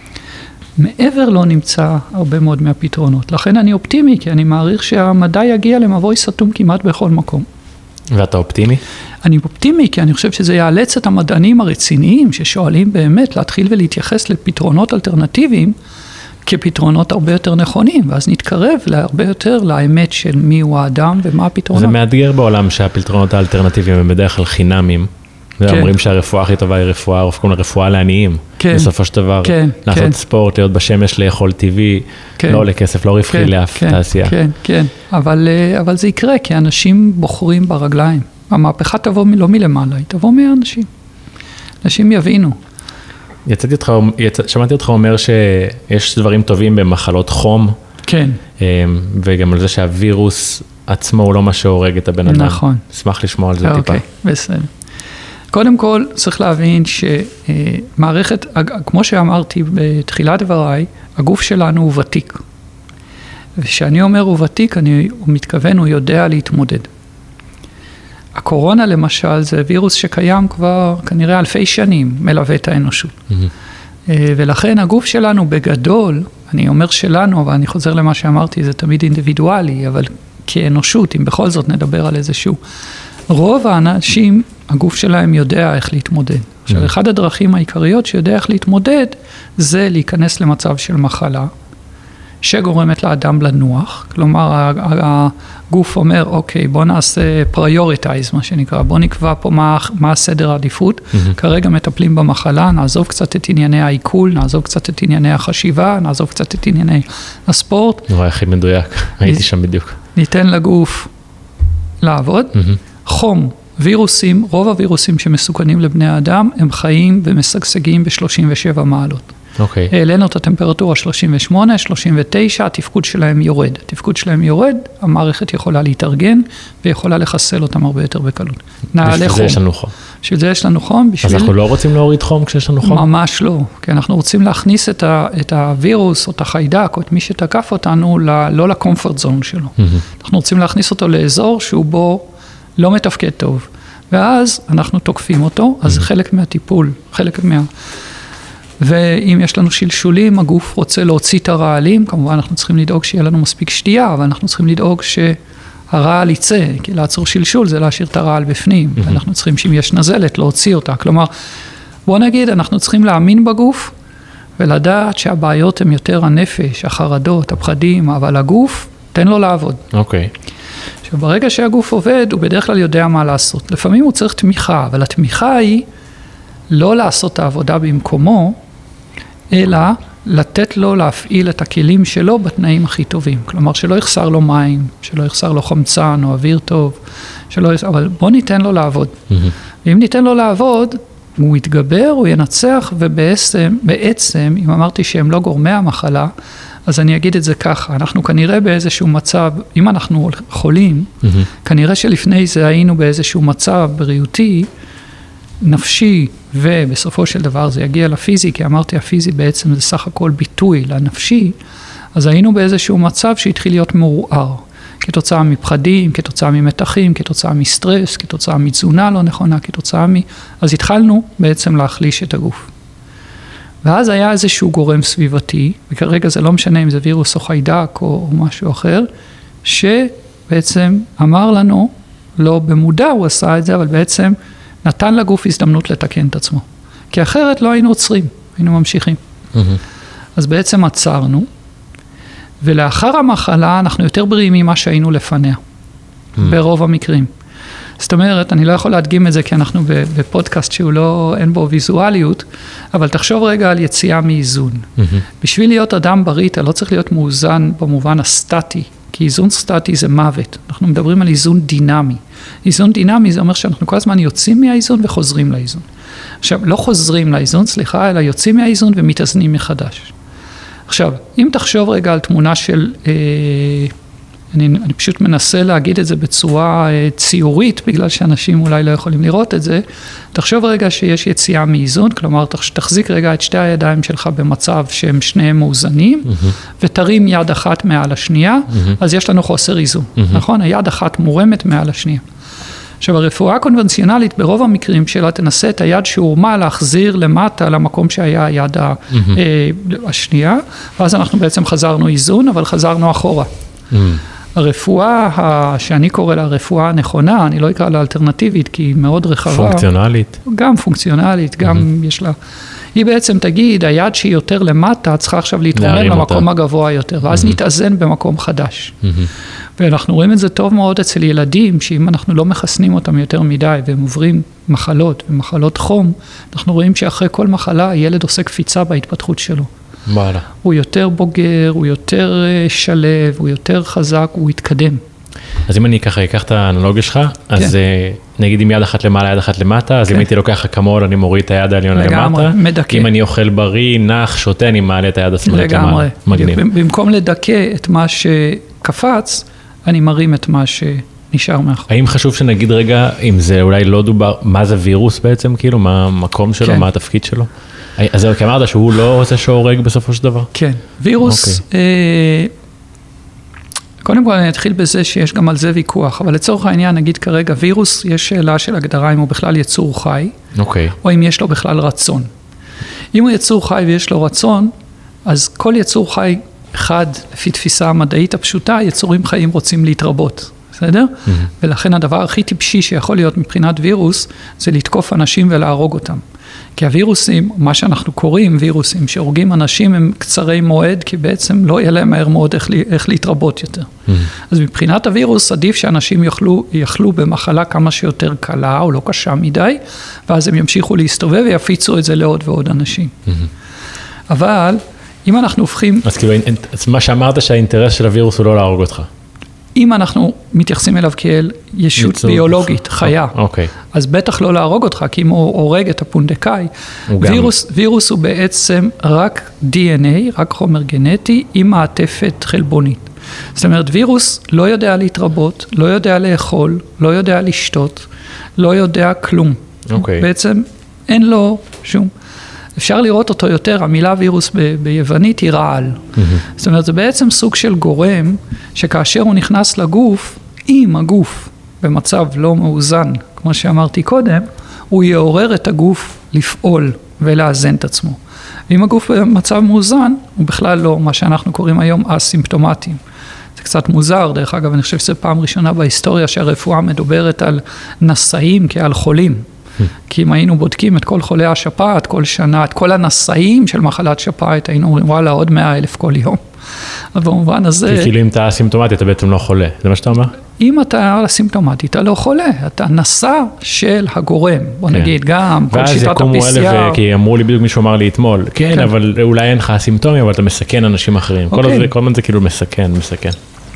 [SPEAKER 2] מעבר לא נמצא הרבה מאוד מהפתרונות. לכן אני אופטימי, כי אני מעריך שהמדע יגיע למבוי סתום כמעט בכל מקום.
[SPEAKER 1] ואתה אופטימי?
[SPEAKER 2] אני אופטימי, כי אני חושב שזה יאלץ את המדענים הרציניים, ששואלים באמת להתחיל ולהתייחס לפתרונות אלטרנטיביים, כפתרונות הרבה יותר נכונים, ואז נתקרב להרבה יותר לאמת של מי הוא האדם ומה הפתרונות.
[SPEAKER 1] זה מאתגר בעולם שהפתרונות האלטרנטיביים הם בדרך כלל חינמים. אומרים שהרפואה הכי טובה היא רפואה, רופאים לרפואה לעניים. בסופו של דבר, לעשות ספורט, להיות בשמש, לאכול טבעי, לא עולה כסף, לא רווחי לאף תעשייה.
[SPEAKER 2] כן, כן, אבל זה יקרה, כי אנשים בוחרים ברגליים. המהפכה תבוא לא מלמעלה, היא תבוא מהאנשים. אנשים יבינו.
[SPEAKER 1] יצאתי אותך, שמעתי אותך אומר שיש דברים טובים במחלות חום.
[SPEAKER 2] כן.
[SPEAKER 1] וגם על זה שהווירוס עצמו הוא לא מה שהורג את הבן אדם.
[SPEAKER 2] נכון.
[SPEAKER 1] אשמח לשמוע על זה טיפה.
[SPEAKER 2] אוקיי, בסדר. קודם כל, צריך להבין שמערכת, כמו שאמרתי בתחילת דבריי, הגוף שלנו הוא ותיק. ושאני אומר הוא ותיק, אני מתכוון, הוא יודע להתמודד. הקורונה למשל, זה וירוס שקיים כבר כנראה אלפי שנים, מלווה את האנושות. Mm-hmm. ולכן הגוף שלנו בגדול, אני אומר שלנו, אבל אני חוזר למה שאמרתי, זה תמיד אינדיבידואלי, אבל כאנושות, אם בכל זאת נדבר על איזשהו, רוב האנשים, הגוף שלהם יודע איך להתמודד. Mm-hmm. עכשיו, אחד הדרכים העיקריות שיודע איך להתמודד, זה להיכנס למצב של מחלה, שגורמת לאדם לנוח, כלומר הגוף אומר, אוקיי, בוא נעשה prioritize, מה שנקרא, בוא נקבע פה מה, מה הסדר העדיפות, mm-hmm. כרגע מטפלים במחלה, נעזוב קצת את ענייני העיכול, נעזוב קצת את ענייני החשיבה, נעזוב קצת את ענייני הספורט.
[SPEAKER 1] נורא הכי מדויק, הייתי שם בדיוק.
[SPEAKER 2] ניתן לגוף לעבוד, mm-hmm. חום, וירוסים, רוב הווירוסים שמסוכנים לבני האדם, הם חיים ומשגשגים ב-שלושים ושבע מעלות.
[SPEAKER 1] אוקיי.
[SPEAKER 2] העלינו את הטמפרטורה שלושים ושמונה, שלושים ותשע, התפקוד שלהם יורד. התפקוד שלהם יורד, המערכת יכולה להתארגן, ויכולה לחסל אותם הרבה יותר בקלות.
[SPEAKER 1] בשביל זה יש לנו חום.
[SPEAKER 2] בשביל זה יש לנו חום.
[SPEAKER 1] אז אנחנו לא רוצים להוריד חום כשיש לנו חום?
[SPEAKER 2] ממש לא. כי אנחנו רוצים להכניס את, ה, את הווירוס, או את החיידק, או את מי שתקף אותנו, ל, לא לקומפורט זון שלו. אנחנו רוצים להכניס אותו לאזור שהוא בו לא מתפקד טוב. ואז אנחנו תוקפים אותו, אז זה חלק מהטיפול, חלק מה... ואם יש לנו שלשולים, הגוף רוצה להוציא את הרעלים, כמובן אנחנו צריכים לדאוג שיהיה לנו מספיק שתייה, אבל אנחנו צריכים לדאוג שהרעל יצא, כי לעצור שלשול זה להשאיר את הרעל בפנים, mm-hmm. ואנחנו צריכים שאם יש נזלת להוציא אותה, כלומר, בוא נגיד, אנחנו צריכים להאמין בגוף, ולדעת שהבעיות הן יותר הנפש, החרדות, הפחדים, אבל הגוף, תן לו לעבוד.
[SPEAKER 1] אוקיי. Okay.
[SPEAKER 2] עכשיו, ברגע שהגוף עובד, הוא בדרך כלל יודע מה לעשות. לפעמים הוא צריך תמיכה, אבל התמיכה היא לא לעשות את העבודה במקומו, אלא לתת לו להפעיל את הכלים שלו בתנאים הכי טובים. כלומר, שלא יחסר לו מים, שלא יחסר לו חמצן או אוויר טוב, שלא יחסר, אבל בוא ניתן לו לעבוד. Mm-hmm. ואם ניתן לו לעבוד, הוא יתגבר, הוא ינצח, ובעצם, בעצם, אם אמרתי שהם לא גורמי המחלה, אז אני אגיד את זה ככה, אנחנו כנראה באיזשהו מצב, אם אנחנו חולים, mm-hmm. כנראה שלפני זה היינו באיזשהו מצב בריאותי, נפשי, ובסופו של דבר זה יגיע לפיזי, כי אמרתי הפיזי בעצם זה סך הכל ביטוי לנפשי, אז היינו באיזשהו מצב שהתחיל להיות מעורער, כתוצאה מפחדים, כתוצאה ממתחים, כתוצאה מסטרס, כתוצאה מתזונה לא נכונה, כתוצאה מ... אז התחלנו בעצם להחליש את הגוף. ואז היה איזשהו גורם סביבתי, וכרגע זה לא משנה אם זה וירוס או חיידק או, או משהו אחר, שבעצם אמר לנו, לא במודע הוא עשה את זה, אבל בעצם נתן לגוף הזדמנות לתקן את עצמו. כי אחרת לא היינו עוצרים, היינו ממשיכים. Mm-hmm. אז בעצם עצרנו, ולאחר המחלה אנחנו יותר בריאים ממה שהיינו לפניה, mm-hmm. ברוב המקרים. זאת אומרת, אני לא יכול להדגים את זה כי אנחנו בפודקאסט שהוא לא, אין בו ויזואליות, אבל תחשוב רגע על יציאה מאיזון. Mm-hmm. בשביל להיות אדם בריא, אתה לא צריך להיות מאוזן במובן הסטטי, כי איזון סטטי זה מוות. אנחנו מדברים על איזון דינמי. איזון דינמי זה אומר שאנחנו כל הזמן יוצאים מהאיזון וחוזרים לאיזון. עכשיו, לא חוזרים לאיזון, סליחה, אלא יוצאים מהאיזון ומתאזנים מחדש. עכשיו, אם תחשוב רגע על תמונה של, אה, אני, אני פשוט מנסה להגיד את זה בצורה אה, ציורית, בגלל שאנשים אולי לא יכולים לראות את זה, תחשוב רגע שיש יציאה מאיזון, כלומר, תחזיק רגע את שתי הידיים שלך במצב שהם שניהם מאוזנים, mm-hmm. ותרים יד אחת מעל השנייה, mm-hmm. אז יש לנו חוסר איזון, mm-hmm. נכון? היד אחת מורמת מעל השנייה. עכשיו, הרפואה הקונבנציונלית, ברוב המקרים שלה, תנסה את היד שהורמה להחזיר למטה למקום שהיה היד mm-hmm. השנייה, ואז אנחנו בעצם חזרנו איזון, אבל חזרנו אחורה. Mm-hmm. הרפואה, שאני קורא לה הרפואה הנכונה, אני לא אקרא לה אלטרנטיבית, כי היא מאוד רחבה.
[SPEAKER 1] פונקציונלית. גם
[SPEAKER 2] פונקציונלית, גם mm-hmm. יש לה... היא בעצם תגיד, היד שהיא יותר למטה, צריכה עכשיו להתרומם למקום אותה. הגבוה יותר, ואז mm-hmm. נתאזן במקום חדש. Mm-hmm. ואנחנו רואים את זה טוב מאוד אצל ילדים, שאם אנחנו לא מחסנים אותם יותר מדי, והם עוברים מחלות ומחלות חום, אנחנו רואים שאחרי כל מחלה, הילד עושה קפיצה בהתפתחות שלו.
[SPEAKER 1] מעלה.
[SPEAKER 2] הוא יותר בוגר, הוא יותר שלב, הוא יותר חזק, הוא יתקדם.
[SPEAKER 1] אז אם אני ככה אקח את האנלוגיה שלך, אז נגיד עם יד אחת למעלה, יד אחת למטה, אז אם הייתי לוקח אקמול, אני מוריד את היד העליונה למטה.
[SPEAKER 2] מדכא.
[SPEAKER 1] אם אני אוכל בריא, נח, שותה, אני מעלה את היד השמאלית למעלה.
[SPEAKER 2] מגניב. במקום לדכא את מה שקפץ, אני מרים את מה שנשאר מאחור.
[SPEAKER 1] האם חשוב שנגיד רגע, אם זה אולי לא דובר, מה זה וירוס בעצם, כאילו, מה המקום שלו, מה התפקיד שלו? אז זה אמרת שהוא לא רוצה שהורג בסופו של דבר?
[SPEAKER 2] כן. וירוס... קודם כל אני אתחיל בזה שיש גם על זה ויכוח, אבל לצורך העניין נגיד כרגע וירוס, יש שאלה של הגדרה אם הוא בכלל יצור חי,
[SPEAKER 1] okay.
[SPEAKER 2] או אם יש לו בכלל רצון. אם הוא יצור חי ויש לו רצון, אז כל יצור חי אחד, לפי תפיסה המדעית הפשוטה, יצורים חיים רוצים להתרבות, בסדר? Mm-hmm. ולכן הדבר הכי טיפשי שיכול להיות מבחינת וירוס, זה לתקוף אנשים ולהרוג אותם. כי הווירוסים, מה שאנחנו קוראים וירוסים, שהורגים אנשים הם קצרי מועד, כי בעצם לא יהיה להם מהר מאוד איך, איך להתרבות יותר. Mm-hmm. אז מבחינת הווירוס, עדיף שאנשים יאכלו, יאכלו במחלה כמה שיותר קלה, או לא קשה מדי, ואז הם ימשיכו להסתובב ויפיצו את זה לעוד ועוד אנשים. Mm-hmm. אבל, אם אנחנו הופכים...
[SPEAKER 1] אז כאילו, מה שאמרת שהאינטרס של הווירוס הוא לא להרוג אותך.
[SPEAKER 2] אם אנחנו מתייחסים אליו כאל ישות ביולוגית, חיה, אז בטח לא להרוג אותך, כי אם הוא הורג את הפונדקאי, וירוס הוא בעצם רק די אן איי, רק חומר גנטי, עם מעטפת חלבונית. זאת אומרת, וירוס לא יודע להתרבות, לא יודע לאכול, לא יודע לשתות, לא יודע כלום. בעצם אין לו שום... אפשר לראות אותו יותר, המילה וירוס ב- ביוונית היא רעל. Mm-hmm. זאת אומרת, זה בעצם סוג של גורם, שכאשר הוא נכנס לגוף, אם הגוף במצב לא מאוזן, כמו שאמרתי קודם, הוא יעורר את הגוף לפעול ולאזן את עצמו. ואם הגוף במצב מאוזן, הוא בכלל לא מה שאנחנו קוראים היום אסימפטומטיים. זה קצת מוזר, דרך אגב, אני חושב שזו פעם ראשונה בהיסטוריה שהרפואה מדוברת על נשאים כעל חולים. כי אם היינו בודקים את כל חולי השפעת כל שנה, את כל הנשאים של מחלת שפעת, היינו אומרים, וואלה, עוד מאה אלף כל יום. אז במובן הזה...
[SPEAKER 1] כי כאילו אם אתה אסימפטומטי, אתה בעצם לא חולה, זה מה שאתה אומר?
[SPEAKER 2] אם אתה אסימפטומטי, אתה לא חולה, אתה נשא של הגורם, בוא נגיד, גם כל שיטת ה-פי סי אר.
[SPEAKER 1] אלף, כי אמרו לי, בדיוק מישהו אמר לי אתמול, כן, אבל אולי אין לך אסימפטומיה, אבל אתה מסכן אנשים אחרים. כל הזמן זה כאילו מסכן, מסכן.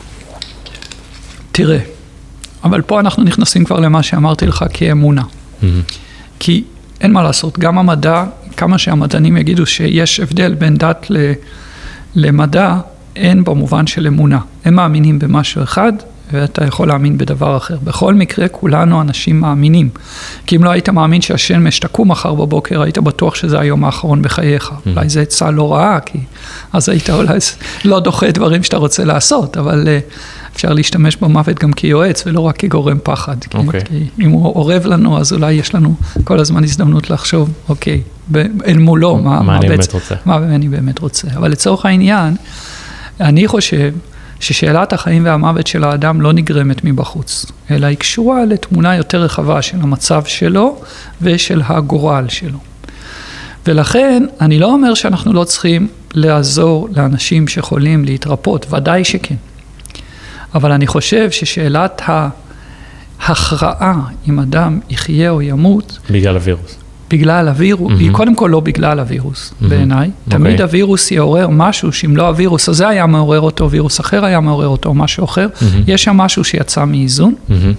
[SPEAKER 2] תראה, אבל פה אנחנו נכנסים כבר למה שאמרתי לך כאמונה. כי אין מה לעשות, גם המדע, כמה שהמדענים יגידו שיש הבדל בין דת למדע, אין במובן של אמונה. הם מאמינים במשהו אחד, ואתה יכול להאמין בדבר אחר. בכל מקרה, כולנו אנשים מאמינים. כי אם לא היית מאמין שהשמש תקום מחר בבוקר, היית בטוח שזה היום האחרון בחייך. אולי זה עצה לא רעה, כי אז היית אולי לא דוחה דברים שאתה רוצה לעשות, אבל אפשר להשתמש במוות גם כיועץ, ולא רק כגורם פחד.
[SPEAKER 1] Okay.
[SPEAKER 2] כי אם הוא עורב לנו, אז אולי יש לנו כל הזמן הזדמנות לחשוב, אוקיי, אל מולו, מה, מה,
[SPEAKER 1] אני
[SPEAKER 2] בעצם,
[SPEAKER 1] באמת רוצה.
[SPEAKER 2] מה אני באמת רוצה. אבל לצורך העניין, אני חושב ששאלת החיים והמוות של האדם לא נגרמת מבחוץ, אלא היא קשורה לתמונה יותר רחבה של המצב שלו ושל הגורל שלו. ולכן אני לא אומר שאנחנו לא צריכים לעזור לאנשים שחולים להתרפות, ודאי שכן. אבל אני חושב ששאלת הכרעה אם אדם יחיה או ימות.
[SPEAKER 1] בגלל הווירוס.
[SPEAKER 2] בגלל הווירוס, היא קודם כל לא בגלל הווירוס בעיניי. תמיד הווירוס יעורר משהו, שאם לא הווירוס הזה היה מעורר אותו, וירוס אחר היה מעורר אותו, משהו אחר. יש שם משהו שיצא מאיזון.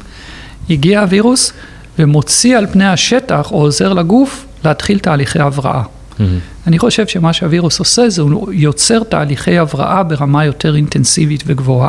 [SPEAKER 2] הגיע הווירוס ומוציא על פני השטח, או עוזר לגוף, להתחיל תהליכי הבראה. אני חושב שמה שהווירוס עושה, זה הוא יוצר תהליכי הבראה ברמה יותר אינטנסיבית וגבוהה.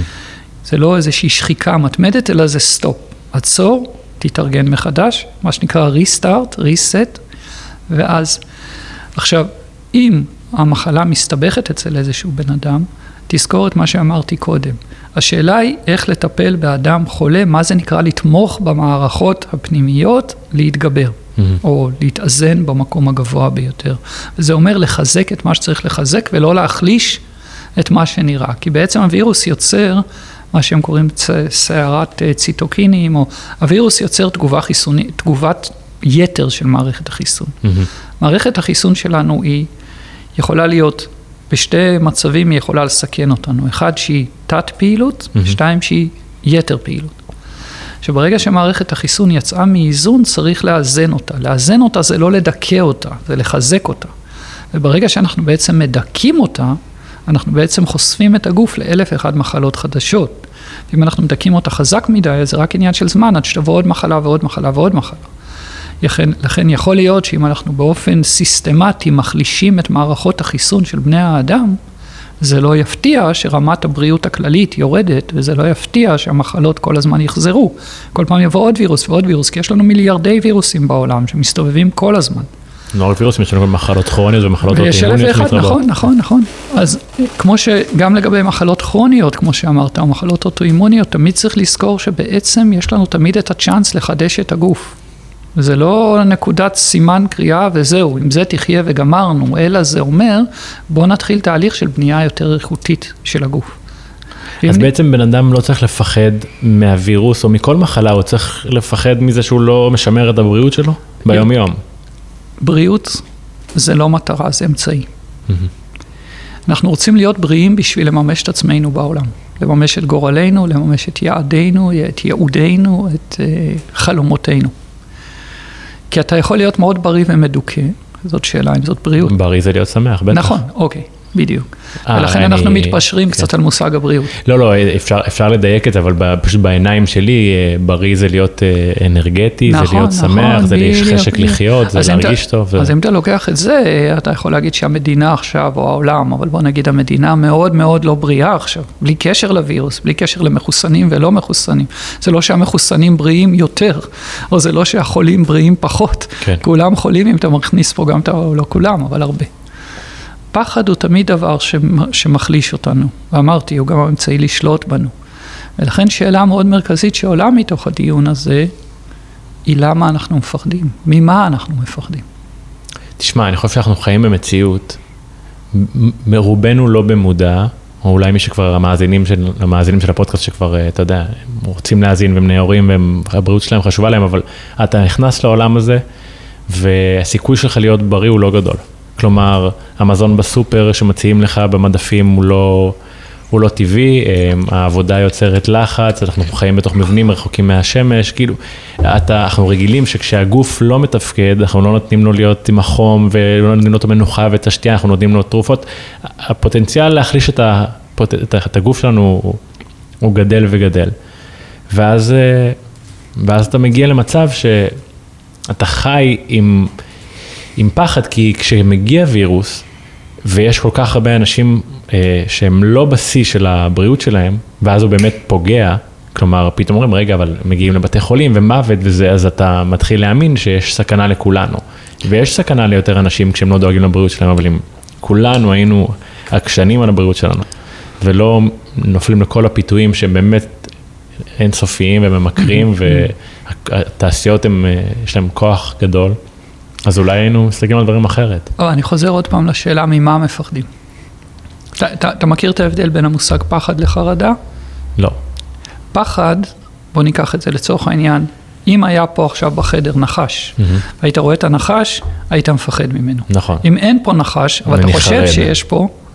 [SPEAKER 2] זה לא איזושהי שחיקה מתמדת, אלא זה סטופ. עצור, תתארגן מחדש, מה שנקרא ריסטארט, ריסט, ואז, עכשיו, אם המחלה מסתבכת אצל איזשהו בן אדם, תזכור את מה שאמרתי קודם. השאלה היא איך לטפל באדם חולה, מה זה נקרא לתמוך במערכות הפנימיות, להתגבר, mm-hmm. או להתאזן במקום הגבוה ביותר. וזה אומר לחזק את מה שצריך לחזק, ולא להחליש את מה שנראה. כי בעצם הווירוס יוצר, מה שהם קוראים סערת ציטוקינים, או הווירוס יוצר תגובה חיסונית, תגובת יתר של מערכת החיסון. Mm-hmm. מערכת החיסון שלנו היא יכולה להיות, בשתי מצבים היא יכולה לסכן אותנו. אחד שהיא תת פעילות, mm-hmm. שתיים שהיא יתר פעילות. שברגע שמערכת החיסון יצאה מאיזון, צריך לאזן אותה. לאזן אותה זה לא לדכא אותה, זה לחזק אותה. וברגע שאנחנו בעצם מדכים אותה, אנחנו בעצם חושפים את הגוף לאלף ואחד מחלות חדשות. ואם אנחנו מדכים אותה חזק מדי, זה רק עניין של זמן, עד שתבוא עוד מחלה ועוד מחלה ועוד מחלה. לכן, לכן יכול להיות שאם אנחנו באופן סיסטמטי מחלישים את מערכות החיסון של בני האדם, זה לא יפתיע שרמת הבריאות הכללית יורדת, וזה לא יפתיע שהמחלות כל הזמן יחזרו. כל פעם יבוא עוד וירוס ועוד וירוס, כי יש לנו מיליארדי וירוסים בעולם שמסתובבים כל הזמן.
[SPEAKER 1] לא רק וירוסים, יש לנו מחלות כרוניות ומחלות אוטואימוניות מתרבות.
[SPEAKER 2] נכון, נכון, נכון. אז כמו שגם לגבי מחלות כרוניות, כמו שאמרת, או מחלות אוטואימוניות, תמיד צריך לזכור שבעצם יש לנו תמיד את הצ'אנס לחדש את הגוף. זה לא נקודת סימן קריאה וזהו, אם זה תחיה וגמרנו, אלא זה אומר, בוא נתחיל תהליך של בנייה יותר איכותית של הגוף.
[SPEAKER 1] אז בעצם בן אדם לא צריך לפחד מהווירוס או מכל מחלה, הוא צריך לפחד מזה שהוא לא משמר את הבריאות שלו ביום יום.
[SPEAKER 2] בריאות זה לא מטרה, זה אמצעי. אנחנו רוצים להיות בריאים בשביל לממש את עצמנו בעולם. לממש את גורלנו, לממש את יעדינו, את יעודינו, את חלומותינו. כי אתה יכול להיות מאוד בריא ומדוכא, זאת שאלה אם זאת בריאות.
[SPEAKER 1] בריא זה להיות שמח, בטח.
[SPEAKER 2] נכון, אוקיי, בדיוק. ולכן אנחנו מתפשרים קצת על מושג הבריאות.
[SPEAKER 1] לא, לא, אפשר לדייק את זה, אבל פשוט בעיניים שלי, בריא זה להיות אנרגטי, זה להיות שמח, זה חשק לחיות, זה להרגיש טוב.
[SPEAKER 2] אז אם אתה לוקח את זה, אתה יכול להגיד שהמדינה עכשיו, או העולם, אבל בוא נגיד המדינה מאוד מאוד לא בריאה עכשיו, בלי קשר לווירוס, בלי קשר למחוסנים ולא מחוסנים. זה לא שהמחוסנים בריאים יותר, או זה לא שהחולים בריאים פחות. כולם חולים אם אתה מכניס פה גם, לא כולם, אבל הרבה. פחד הוא תמיד דבר שמחליש אותנו, ואמרתי, הוא גם אמצעי לשלוט בנו. ולכן שאלה מאוד מרכזית שעולה מתוך הדיון הזה, היא למה אנחנו מפחדים? ממה אנחנו מפחדים?
[SPEAKER 1] תשמע, אני חושב שאנחנו חיים במציאות, מרובנו לא במודע, או אולי מי שכבר המאזינים של, המאזינים של הפודקאסט שכבר, אתה יודע, רוצים להאזין והם נאורים, והבריאות שלהם חשובה להם, אבל אתה נכנס לעולם הזה, והסיכוי שלך להיות בריא הוא לא גדול. כלומר, המזון בסופר שמציעים לך במדפים הוא לא, הוא לא טבעי, העבודה יוצרת לחץ, אנחנו חיים בתוך מבנים רחוקים מהשמש, כאילו, אתה, אנחנו רגילים שכשהגוף לא מתפקד, אנחנו לא נותנים לו להיות עם החום, ולא נותנים לו את המנוחה ואת השתייה, אנחנו נותנים לו תרופות, הפוטנציאל להחליש את, הפוט... את הגוף שלנו הוא, הוא גדל וגדל. ואז, ואז אתה מגיע למצב שאתה חי עם... עם פחד, כי כשמגיע וירוס, ויש כל כך הרבה אנשים אה, שהם לא בשיא של הבריאות שלהם, ואז הוא באמת פוגע, כלומר, פתאום אומרים, רגע, אבל מגיעים לבתי חולים ומוות וזה, אז אתה מתחיל להאמין שיש סכנה לכולנו. ויש סכנה ליותר אנשים כשהם לא דואגים לבריאות שלהם, אבל אם כולנו היינו עקשנים על הבריאות שלנו, ולא נופלים לכל הפיתויים שהם באמת אינסופיים וממכרים, והתעשיות הם, יש להם כוח גדול, אז אולי היינו מסתכלים על דברים אחרת.
[SPEAKER 2] או, אני חוזר עוד פעם לשאלה ממה מפחדים. אתה, אתה, אתה מכיר את ההבדל בין המושג פחד לחרדה?
[SPEAKER 1] לא.
[SPEAKER 2] פחד, בוא ניקח את זה לצורך העניין, אם היה פה עכשיו בחדר נחש, mm-hmm. והיית רואה את הנחש, היית מפחד ממנו.
[SPEAKER 1] נכון.
[SPEAKER 2] אם אין פה נחש, אבל אתה חושב חרד. שיש פה,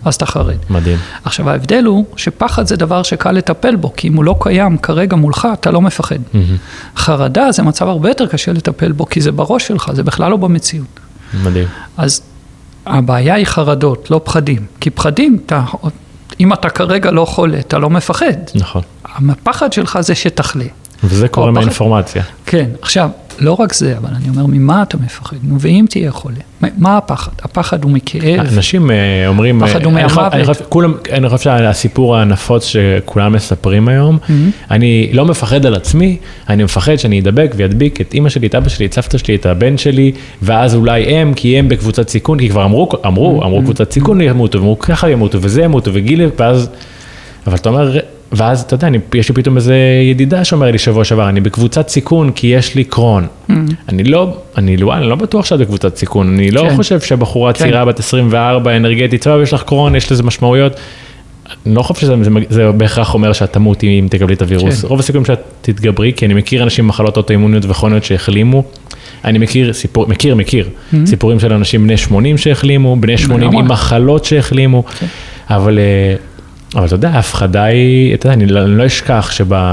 [SPEAKER 2] אז אתה חרד.
[SPEAKER 1] מדהים.
[SPEAKER 2] עכשיו ההבדל הוא שפחד זה דבר שקל לטפל בו, כי אם הוא לא קיים כרגע מולך, אתה לא מפחד. חרדה זה מצב הרבה יותר קשה לטפל בו, כי זה בראש שלך, זה בכלל לא במציאות.
[SPEAKER 1] מדהים.
[SPEAKER 2] אז הבעיה היא חרדות, לא פחדים. כי פחדים, אתה, אם אתה כרגע לא חולה, אתה לא מפחד.
[SPEAKER 1] נכון.
[SPEAKER 2] הפחד שלך זה שתחלה.
[SPEAKER 1] וזה קורה מהאינפורמציה.
[SPEAKER 2] כן, עכשיו, לא רק זה, אבל אני אומר, ממה אתה מפחד? נו, ואם תהיה חולה? מה הפחד? הפחד הוא מכאב.
[SPEAKER 1] אנשים אומרים,
[SPEAKER 2] הפחד הוא מהמוות.
[SPEAKER 1] אני חושב שהסיפור הנפוץ שכולם מספרים היום, אני לא מפחד על עצמי, אני מפחד שאני אדבק וידביק את אמא שלי, את אבא שלי, את סבתא שלי, את הבן שלי, ואז אולי הם, כי הם בקבוצת סיכון, כי כבר אמרו, אמרו, אמרו קבוצת סיכון ימותו, אמרו ככה ימותו, וזה ימותו, וגיל, ואז, אבל אתה אומר, ואז אתה יודע, אני, יש לי פתאום איזה ידידה שאומר לי שבוע שעבר, אני בקבוצת סיכון כי יש לי קרון. Mm. אני לא, אני לא, אני לא בטוח שאת בקבוצת סיכון, אני לא כן. חושב שבחורה כן. צעירה בת עשרים וארבע, אנרגטית, טוב, יש לך קרון, יש לזה משמעויות. אני לא חושב שזה זה, זה בהכרח אומר שאת תמות אם תקבלי את הווירוס. כן. רוב הסיכויים שאת תתגברי, כי אני מכיר אנשים עם מחלות אוטואימוניות וכרוניות שהחלימו. אני מכיר, סיפור, מכיר, מכיר, mm-hmm. סיפורים של אנשים בני שמונים שהחלימו, בני שמונים עם מחלות שהחלימו, כן. אבל... אבל אתה יודע, ההפחדה היא, אתה יודע, אני לא, אני לא אשכח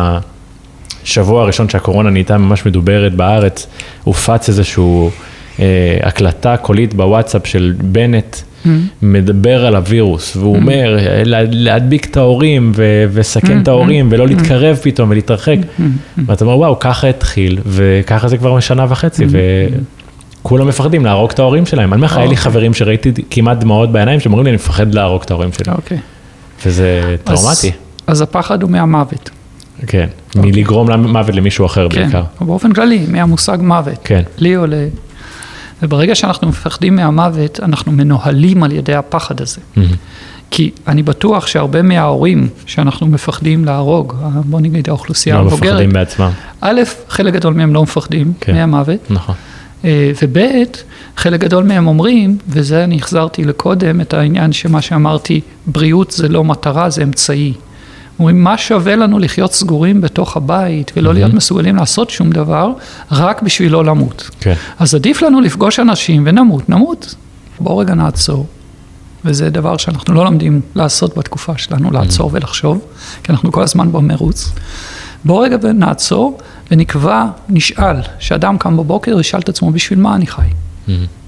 [SPEAKER 1] שבשבוע הראשון שהקורונה נהייתה ממש מדוברת בארץ, הופץ איזשהו אה, הקלטה קולית בוואטסאפ של בנט, mm-hmm. מדבר על הווירוס, והוא mm-hmm. אומר, לה, להדביק את ההורים ו- וסכן mm-hmm. את ההורים, ולא mm-hmm. להתקרב פתאום ולהתרחק. Mm-hmm. ואתה אומר, וואו, ככה התחיל, וככה זה כבר משנה וחצי, mm-hmm. וכולם מפחדים להרוג את ההורים שלהם. אני אומר לך, היה לי חברים שראיתי כמעט דמעות בעיניים, שאומרים לי, אני מפחד להרוג את ההורים שלי.
[SPEAKER 2] אוקיי.
[SPEAKER 1] וזה טראומטי.
[SPEAKER 2] אז הפחד הוא מהמוות.
[SPEAKER 1] כן, מלגרום למוות למישהו אחר בעיקר.
[SPEAKER 2] כן, באופן כללי, מהמושג מוות.
[SPEAKER 1] כן.
[SPEAKER 2] לי או ל... וברגע שאנחנו מפחדים מהמוות, אנחנו מנוהלים על ידי הפחד הזה. כי אני בטוח שהרבה מההורים שאנחנו מפחדים להרוג, בוא נגיד האוכלוסייה הבוגרת.
[SPEAKER 1] לא מפחדים בעצמם.
[SPEAKER 2] א', חלק גדול מהם לא מפחדים מהמוות.
[SPEAKER 1] נכון.
[SPEAKER 2] וב' חלק גדול מהם אומרים, וזה אני החזרתי לקודם, את העניין שמה שאמרתי, בריאות זה לא מטרה, זה אמצעי. אומרים, מה שווה לנו לחיות סגורים בתוך הבית, ולא mm-hmm. להיות מסוגלים לעשות שום דבר, רק בשביל לא למות. כן. אז עדיף לנו לפגוש אנשים ונמות, נמות. בואו רגע נעצור. וזה דבר שאנחנו לא למדים לעשות בתקופה שלנו, לעצור mm-hmm. ולחשוב, כי אנחנו כל הזמן במרוץ. בואו רגע נעצור, ונקבע, נשאל, שאדם קם בבוקר, ישאל את עצמו בשביל מה אני חי. Mm-hmm.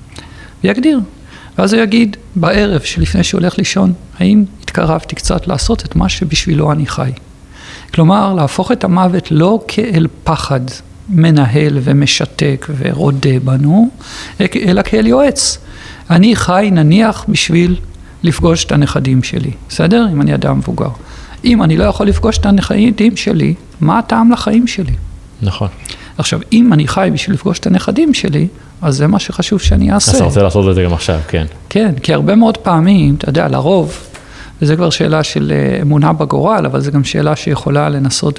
[SPEAKER 2] ויגדיר. ואז הוא יגיד, בערב שלפני שהוא הולך לישון, האם התקרבתי קצת לעשות את מה שבשבילו אני חי. כלומר, להפוך את המוות לא כאל פחד מנהל ומשתק ורודה בנו, אלא כאל יועץ. אני חי נניח בשביל לפגוש את הנכדים שלי. בסדר? אם אני אדם מבוגר. אם אני לא יכול לפגוש את הנכדים שלי, מה הטעם לחיים שלי?
[SPEAKER 1] נכון.
[SPEAKER 2] עכשיו, אם אני חי בשביל לפגוש את הנכדים שלי, אז זה מה שחשוב שאני אעשה.
[SPEAKER 1] אז אתה רוצה לעשות את זה גם עכשיו, כן.
[SPEAKER 2] כן, כי הרבה מאוד פעמים, אתה יודע, לרוב, וזה כבר שאלה של אמונה בגורל, אבל זו גם שאלה שיכולה לנסות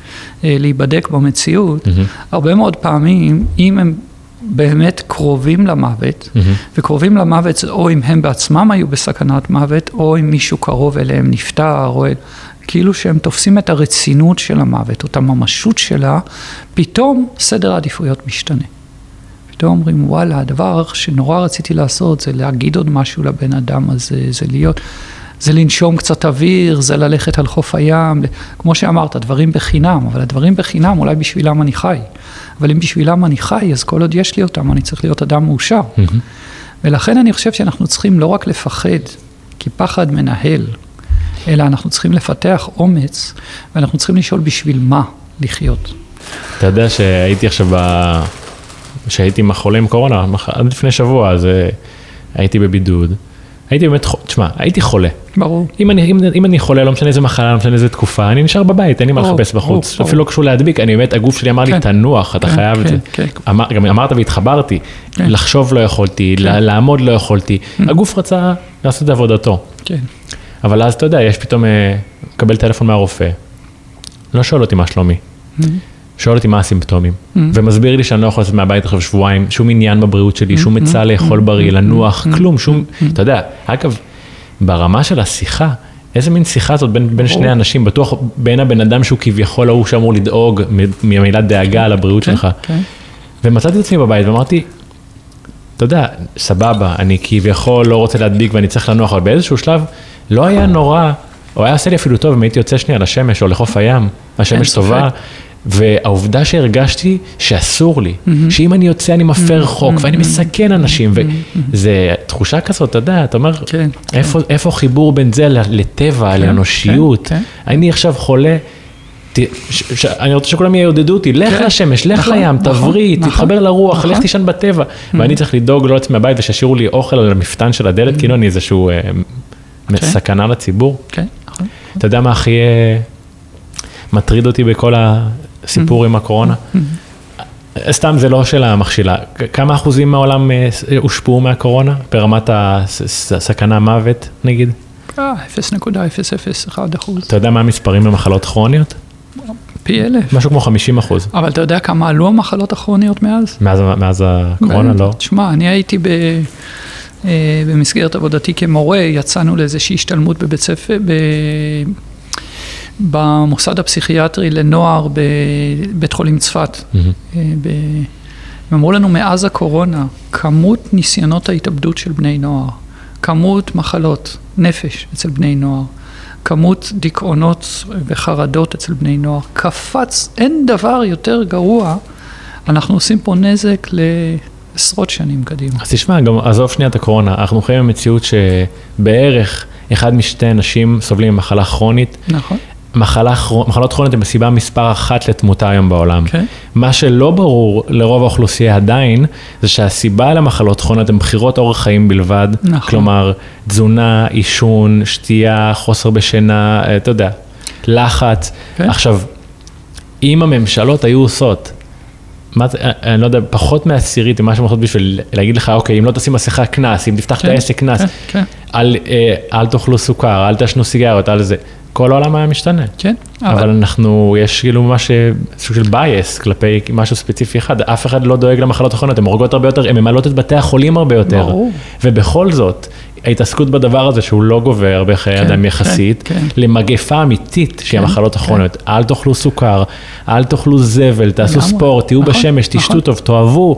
[SPEAKER 2] ולהיבדק במציאות. Mm-hmm. הרבה מאוד פעמים, אם הם באמת קרובים למוות, mm-hmm. וקרובים למוות, או אם הם בעצמם היו בסכנת מוות, או אם מישהו קרוב אליהם נפטר, או כאילו שהם תופסים את הרצינות של המוות, או את הממשות שלה, פתאום סדר העדיפויות משתנה. פתאום אומרים, וואלה, הדבר שנורא רציתי לעשות, זה להגיד עוד משהו לבן אדם הזה, זה להיות, זה לנשום קצת אוויר, זה ללכת על חוף הים, כמו שאמרת, דברים בחינם, אבל הדברים בחינם, אולי בשבילם אני חי. אבל אם בשבילם אני חי, אז כל עוד יש לי אותם, אני צריך להיות אדם מאושר. Mm-hmm. ולכן אני חושב שאנחנו צריכים לא רק לפחד, כי פחד מנהל, אלא אנחנו צריכים לפתח אומץ, ואנחנו צריכים לשאול בשביל מה לחיות.
[SPEAKER 1] אתה יודע שהייתי עכשיו, ב... שהייתי עם החולה עם קורונה, עד לפני שבוע, אז הייתי בבידוד, הייתי באמת, תשמע, הייתי חולה.
[SPEAKER 2] ברור.
[SPEAKER 1] אם אני, אם, אם אני חולה, לא משנה איזה מחלה, לא משנה איזה תקופה, אני נשאר בבית, אין לי מה לחפש בחוץ, אפילו לא קשור להדביק, אני באמת, הגוף שלי אמר לי, תנוח, אתה חייב את זה. גם אמרת והתחברתי, לחשוב לא יכולתי, לעמוד לא יכולתי, הגוף רצה לעשות את עבודתו. אבל אז אתה יודע, יש פתאום, מקבל טלפון מהרופא, לא שואל אותי מה שלומי, שואל אותי מה הסימפטומים, ומסביר לי שאני לא יכול לעשות מהבית עכשיו שבועיים, שום עניין בבריאות שלי, שום מצא לאכול בריא, לנוח, כלום, שום, אתה יודע, אגב, ברמה של השיחה, איזה מין שיחה זאת בין, בין שני אנשים, בטוח בין הבן אדם שהוא כביכול ההוא שאמור לדאוג ממילת דאגה על הבריאות שלך, ומצאתי את עצמי בבית ואמרתי, אתה יודע, סבבה, אני כביכול לא רוצה להדביק ואני צריך לנוח, אבל באיזשהו שלב לא היה נורא, או היה עושה לי אפילו טוב אם הייתי יוצא שנייה לשמש או לחוף הים, השמש טובה, והעובדה שהרגשתי שאסור לי, שאם אני יוצא אני מפר חוק, ואני מסכן אנשים, וזה תחושה כזאת, אתה יודע, אתה אומר, איפה חיבור בין זה לטבע, לאנושיות, אני עכשיו חולה, אני רוצה שכולם יעודדו אותי, לך לשמש, לך לים, תבריא, תתחבר לרוח, לך תישן בטבע, ואני צריך לדאוג לא לצמי הבית, ושישאירו לי אוכל על המפתן של הדלת, כאילו אני איזשהו סכנה לציבור. אתה יודע מה הכי מטריד אותי בכל הסיפור עם הקורונה? סתם זה לא של המכשילה, כמה אחוזים מהעולם הושפעו מהקורונה, ברמת הסכנה מוות נגיד?
[SPEAKER 2] אפס נקודה אפס אפס אחת אחוז.
[SPEAKER 1] אתה יודע מה המספרים במחלות כרוניות?
[SPEAKER 2] פי אלף.
[SPEAKER 1] משהו כמו חמישים אחוז.
[SPEAKER 2] אבל אתה יודע כמה עלו המחלות הכרוניות מאז?
[SPEAKER 1] מאז הקורונה, לא?
[SPEAKER 2] תשמע, אני הייתי במסגרת עבודתי כמורה, יצאנו לאיזושהי השתלמות בבית ספר, במוסד הפסיכיאטרי לנוער בבית חולים צפת. הם אמרו לנו מאז הקורונה, כמות ניסיונות ההתאבדות של בני נוער, כמות מחלות נפש אצל בני נוער, כמות דיכאונות וחרדות אצל בני נוער, קפץ, אין דבר יותר גרוע, אנחנו עושים פה נזק לעשרות שנים קדימה.
[SPEAKER 1] אז תשמע, גם עזוב שנייה את הקורונה, אנחנו חיים במציאות שבערך אחד משתי אנשים סובלים ממחלה כרונית.
[SPEAKER 2] נכון.
[SPEAKER 1] מחלה, מחלות כרוניות הן בסיבה מספר אחת לתמותה היום בעולם. Okay. מה שלא ברור לרוב האוכלוסייה עדיין, זה שהסיבה למחלות כרוניות הן בחירות אורח חיים בלבד, נכון. כלומר, תזונה, עישון, שתייה, חוסר בשינה, אתה יודע, לחץ. Okay. עכשיו, אם הממשלות היו עושות, מה, אני לא יודע, פחות מעשירית, מה שהן עושות בשביל להגיד לך, אוקיי, אם לא תשים מסכה כנס, אם תפתח okay. את העסק כנס, okay. Okay. אל, אל תאכלו סוכר, אל תשנו סיגריות, אל זה. כל העולם היה משתנה.
[SPEAKER 2] כן.
[SPEAKER 1] אבל אנחנו, יש כאילו ממש סוג של בייס כלפי משהו ספציפי אחד. אף אחד לא דואג למחלות הכרוניות, הן הורגות הרבה יותר, הן ממלאות את בתי החולים הרבה יותר. ברור. ובכל זאת, ההתעסקות בדבר הזה, שהוא לא גובר הרבה חיי אדם יחסית, למגפה אמיתית שהיא המחלות הכרוניות. אל תאכלו סוכר, אל תאכלו זבל, תעשו ספורט, תהיו בשמש, תשתו טוב, תאהבו.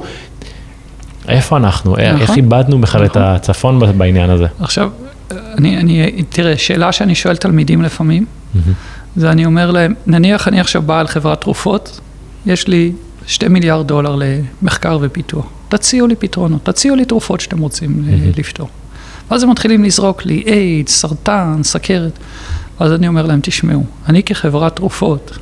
[SPEAKER 1] איפה אנחנו? איך איבדנו בכלל את הצפון בעניין הזה?
[SPEAKER 2] עכשיו, אני, אני, תראה, שאלה שאני שואל תלמידים לפעמים, זה אני אומר להם, נניח אני עכשיו בא על חברת תרופות, יש לי שתי מיליארד דולר למחקר ופיתוח, תציעו לי פתרונות, תציעו לי תרופות שאתם רוצים לפתור. ואז הם מתחילים לזרוק לי איידס, סרטן, סכרת, ואז אני אומר להם, תשמעו, אני כחברת תרופות,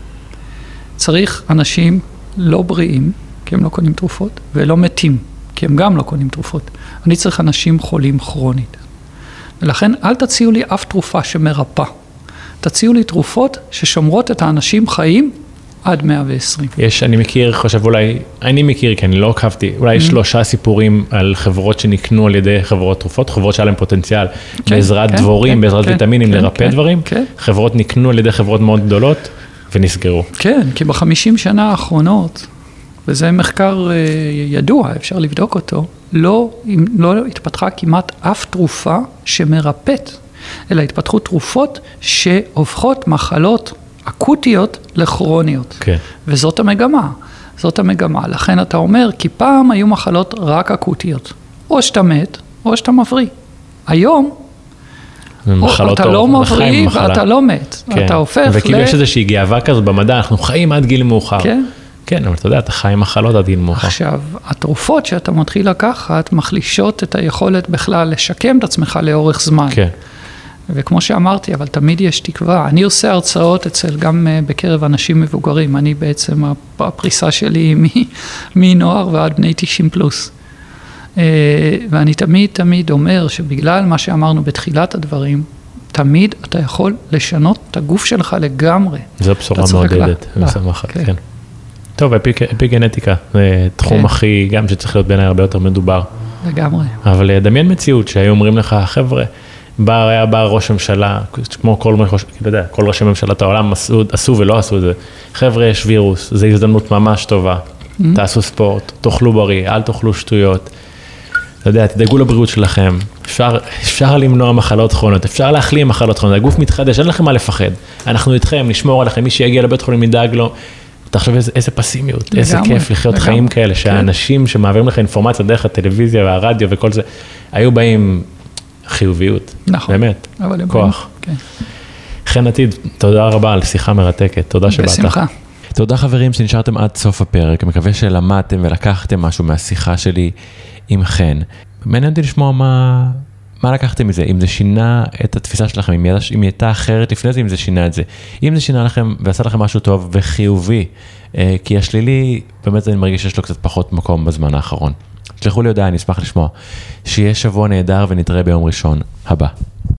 [SPEAKER 2] צריך אנשים לא בריאים, כי הם לא קונים תרופות, ולא מתים, כי הם גם לא קונים תרופות. אני צריך אנשים חולים כרונית. ולכן אל תציעו לי אף תרופה שמרפא. תציעו לי תרופות ששומרות את האנשים חיים עד מאה ועשרים.
[SPEAKER 1] יש, אני מכיר, חושב אולי, אני מכיר, כי אני לא עקבתי, אולי שלושה סיפורים על חברות שנקנו על ידי חברות תרופות, חברות שהיה להם פוטנציאל בעזרת דבורים, בעזרת ויטמינים לרפא דברים, חברות נקנו על ידי חברות מאוד גדולות ונסגרו.
[SPEAKER 2] כן, כי בחמישים שנה האחרונות, וזה מחקר ידוע, אפשר לבדוק אותו, לא, לא התפתחה כמעט אף תרופה שמרפאת, אלא התפתחו תרופות שהופכות מחלות אקוטיות לכרוניות. כן. וזאת המגמה, זאת המגמה. לכן אתה אומר, כי פעם היו מחלות רק אקוטיות. או שאתה מת, או שאתה מבריא. היום, או אתה לא מבריא ואתה לא מת. כן. אתה הופך ל...
[SPEAKER 1] וכאילו יש איזושהי גאווה כזאת במדע, אנחנו חיים עד גיל מאוחר. כן. כן, אבל אתה יודע, אתה חי עם מחלות עד גיל מאוחר.
[SPEAKER 2] עכשיו, התרופות שאתה מתחיל לקחת, מחלישות את היכולת בכלל לשקם את עצמך לאורך זמן. כן. וכמו שאמרתי, אבל תמיד יש תקווה. אני עושה הרצאות אצל גם בקרב אנשים מבוגרים. אני בעצם, הפריסה שלי היא מנוער ועד בני תשעים פלוס. ואני תמיד תמיד אומר שבגלל מה שאמרנו בתחילת הדברים, תמיד אתה יכול לשנות את הגוף שלך לגמרי.
[SPEAKER 1] זו בשורה מעודדת, משמחת, כן. טוב, אפיגנטיקה, זה תחום הכי, גם שצריך להיות בעיניי הרבה יותר מדובר.
[SPEAKER 2] לגמרי.
[SPEAKER 1] אבל דמיין מציאות שהיו אומרים לך, חבר'ה, בא, היה בא ראש ממשלה, כמו כל, יודע, כל ראשי ממשלת העולם עשו, עשו ולא עשו את זה. חבר'ה, יש וירוס, זו הזדמנות ממש טובה. Mm-hmm. תעשו ספורט, תאכלו בריא, אל תאכלו שטויות. אתה יודע, תדאגו לבריאות שלכם. אפשר, אפשר למנוע מחלות כרוניות, אפשר להחלים מחלות כרוניות. הגוף מתחדש, אין לכם מה לפחד. אנחנו איתכם, נשמור עליכם, מי שיגיע לבית חולים ידאג לו. תחשוב איזה, איזה פסימיות, לגמרי, איזה כיף לחיות לגמרי, חיים כאלה, שהאנשים כן. שמעבירים לך אינפורמציה דרך הטלוויזיה והרדיו וכל זה, היו באים חיוביות.
[SPEAKER 2] נכון.
[SPEAKER 1] באמת,
[SPEAKER 2] אבל
[SPEAKER 1] כוח.
[SPEAKER 2] כן.
[SPEAKER 1] חן עתיד, תודה רבה על שיחה מרתקת, תודה שבאת.
[SPEAKER 2] בשמחה.
[SPEAKER 1] תודה חברים שנשארתם עד סוף הפרק, מקווה שלמדתם ולקחתם משהו מהשיחה שלי עם חן. מעניין אותי לשמוע מה, מה לקחתם מזה, אם זה שינה את התפיסה שלכם, אם היא הייתה אחרת לפני זה, אם זה שינה את זה. אם זה שינה לכם ועשה לכם משהו טוב וחיובי, כי השלילי, באמת אני מרגיש שיש לו קצת פחות מקום בזמן האחרון. תשלחו לי הודעה, אני אשמח לשמוע. שיהיה שבוע נהדר ונתראה ביום ראשון הבא.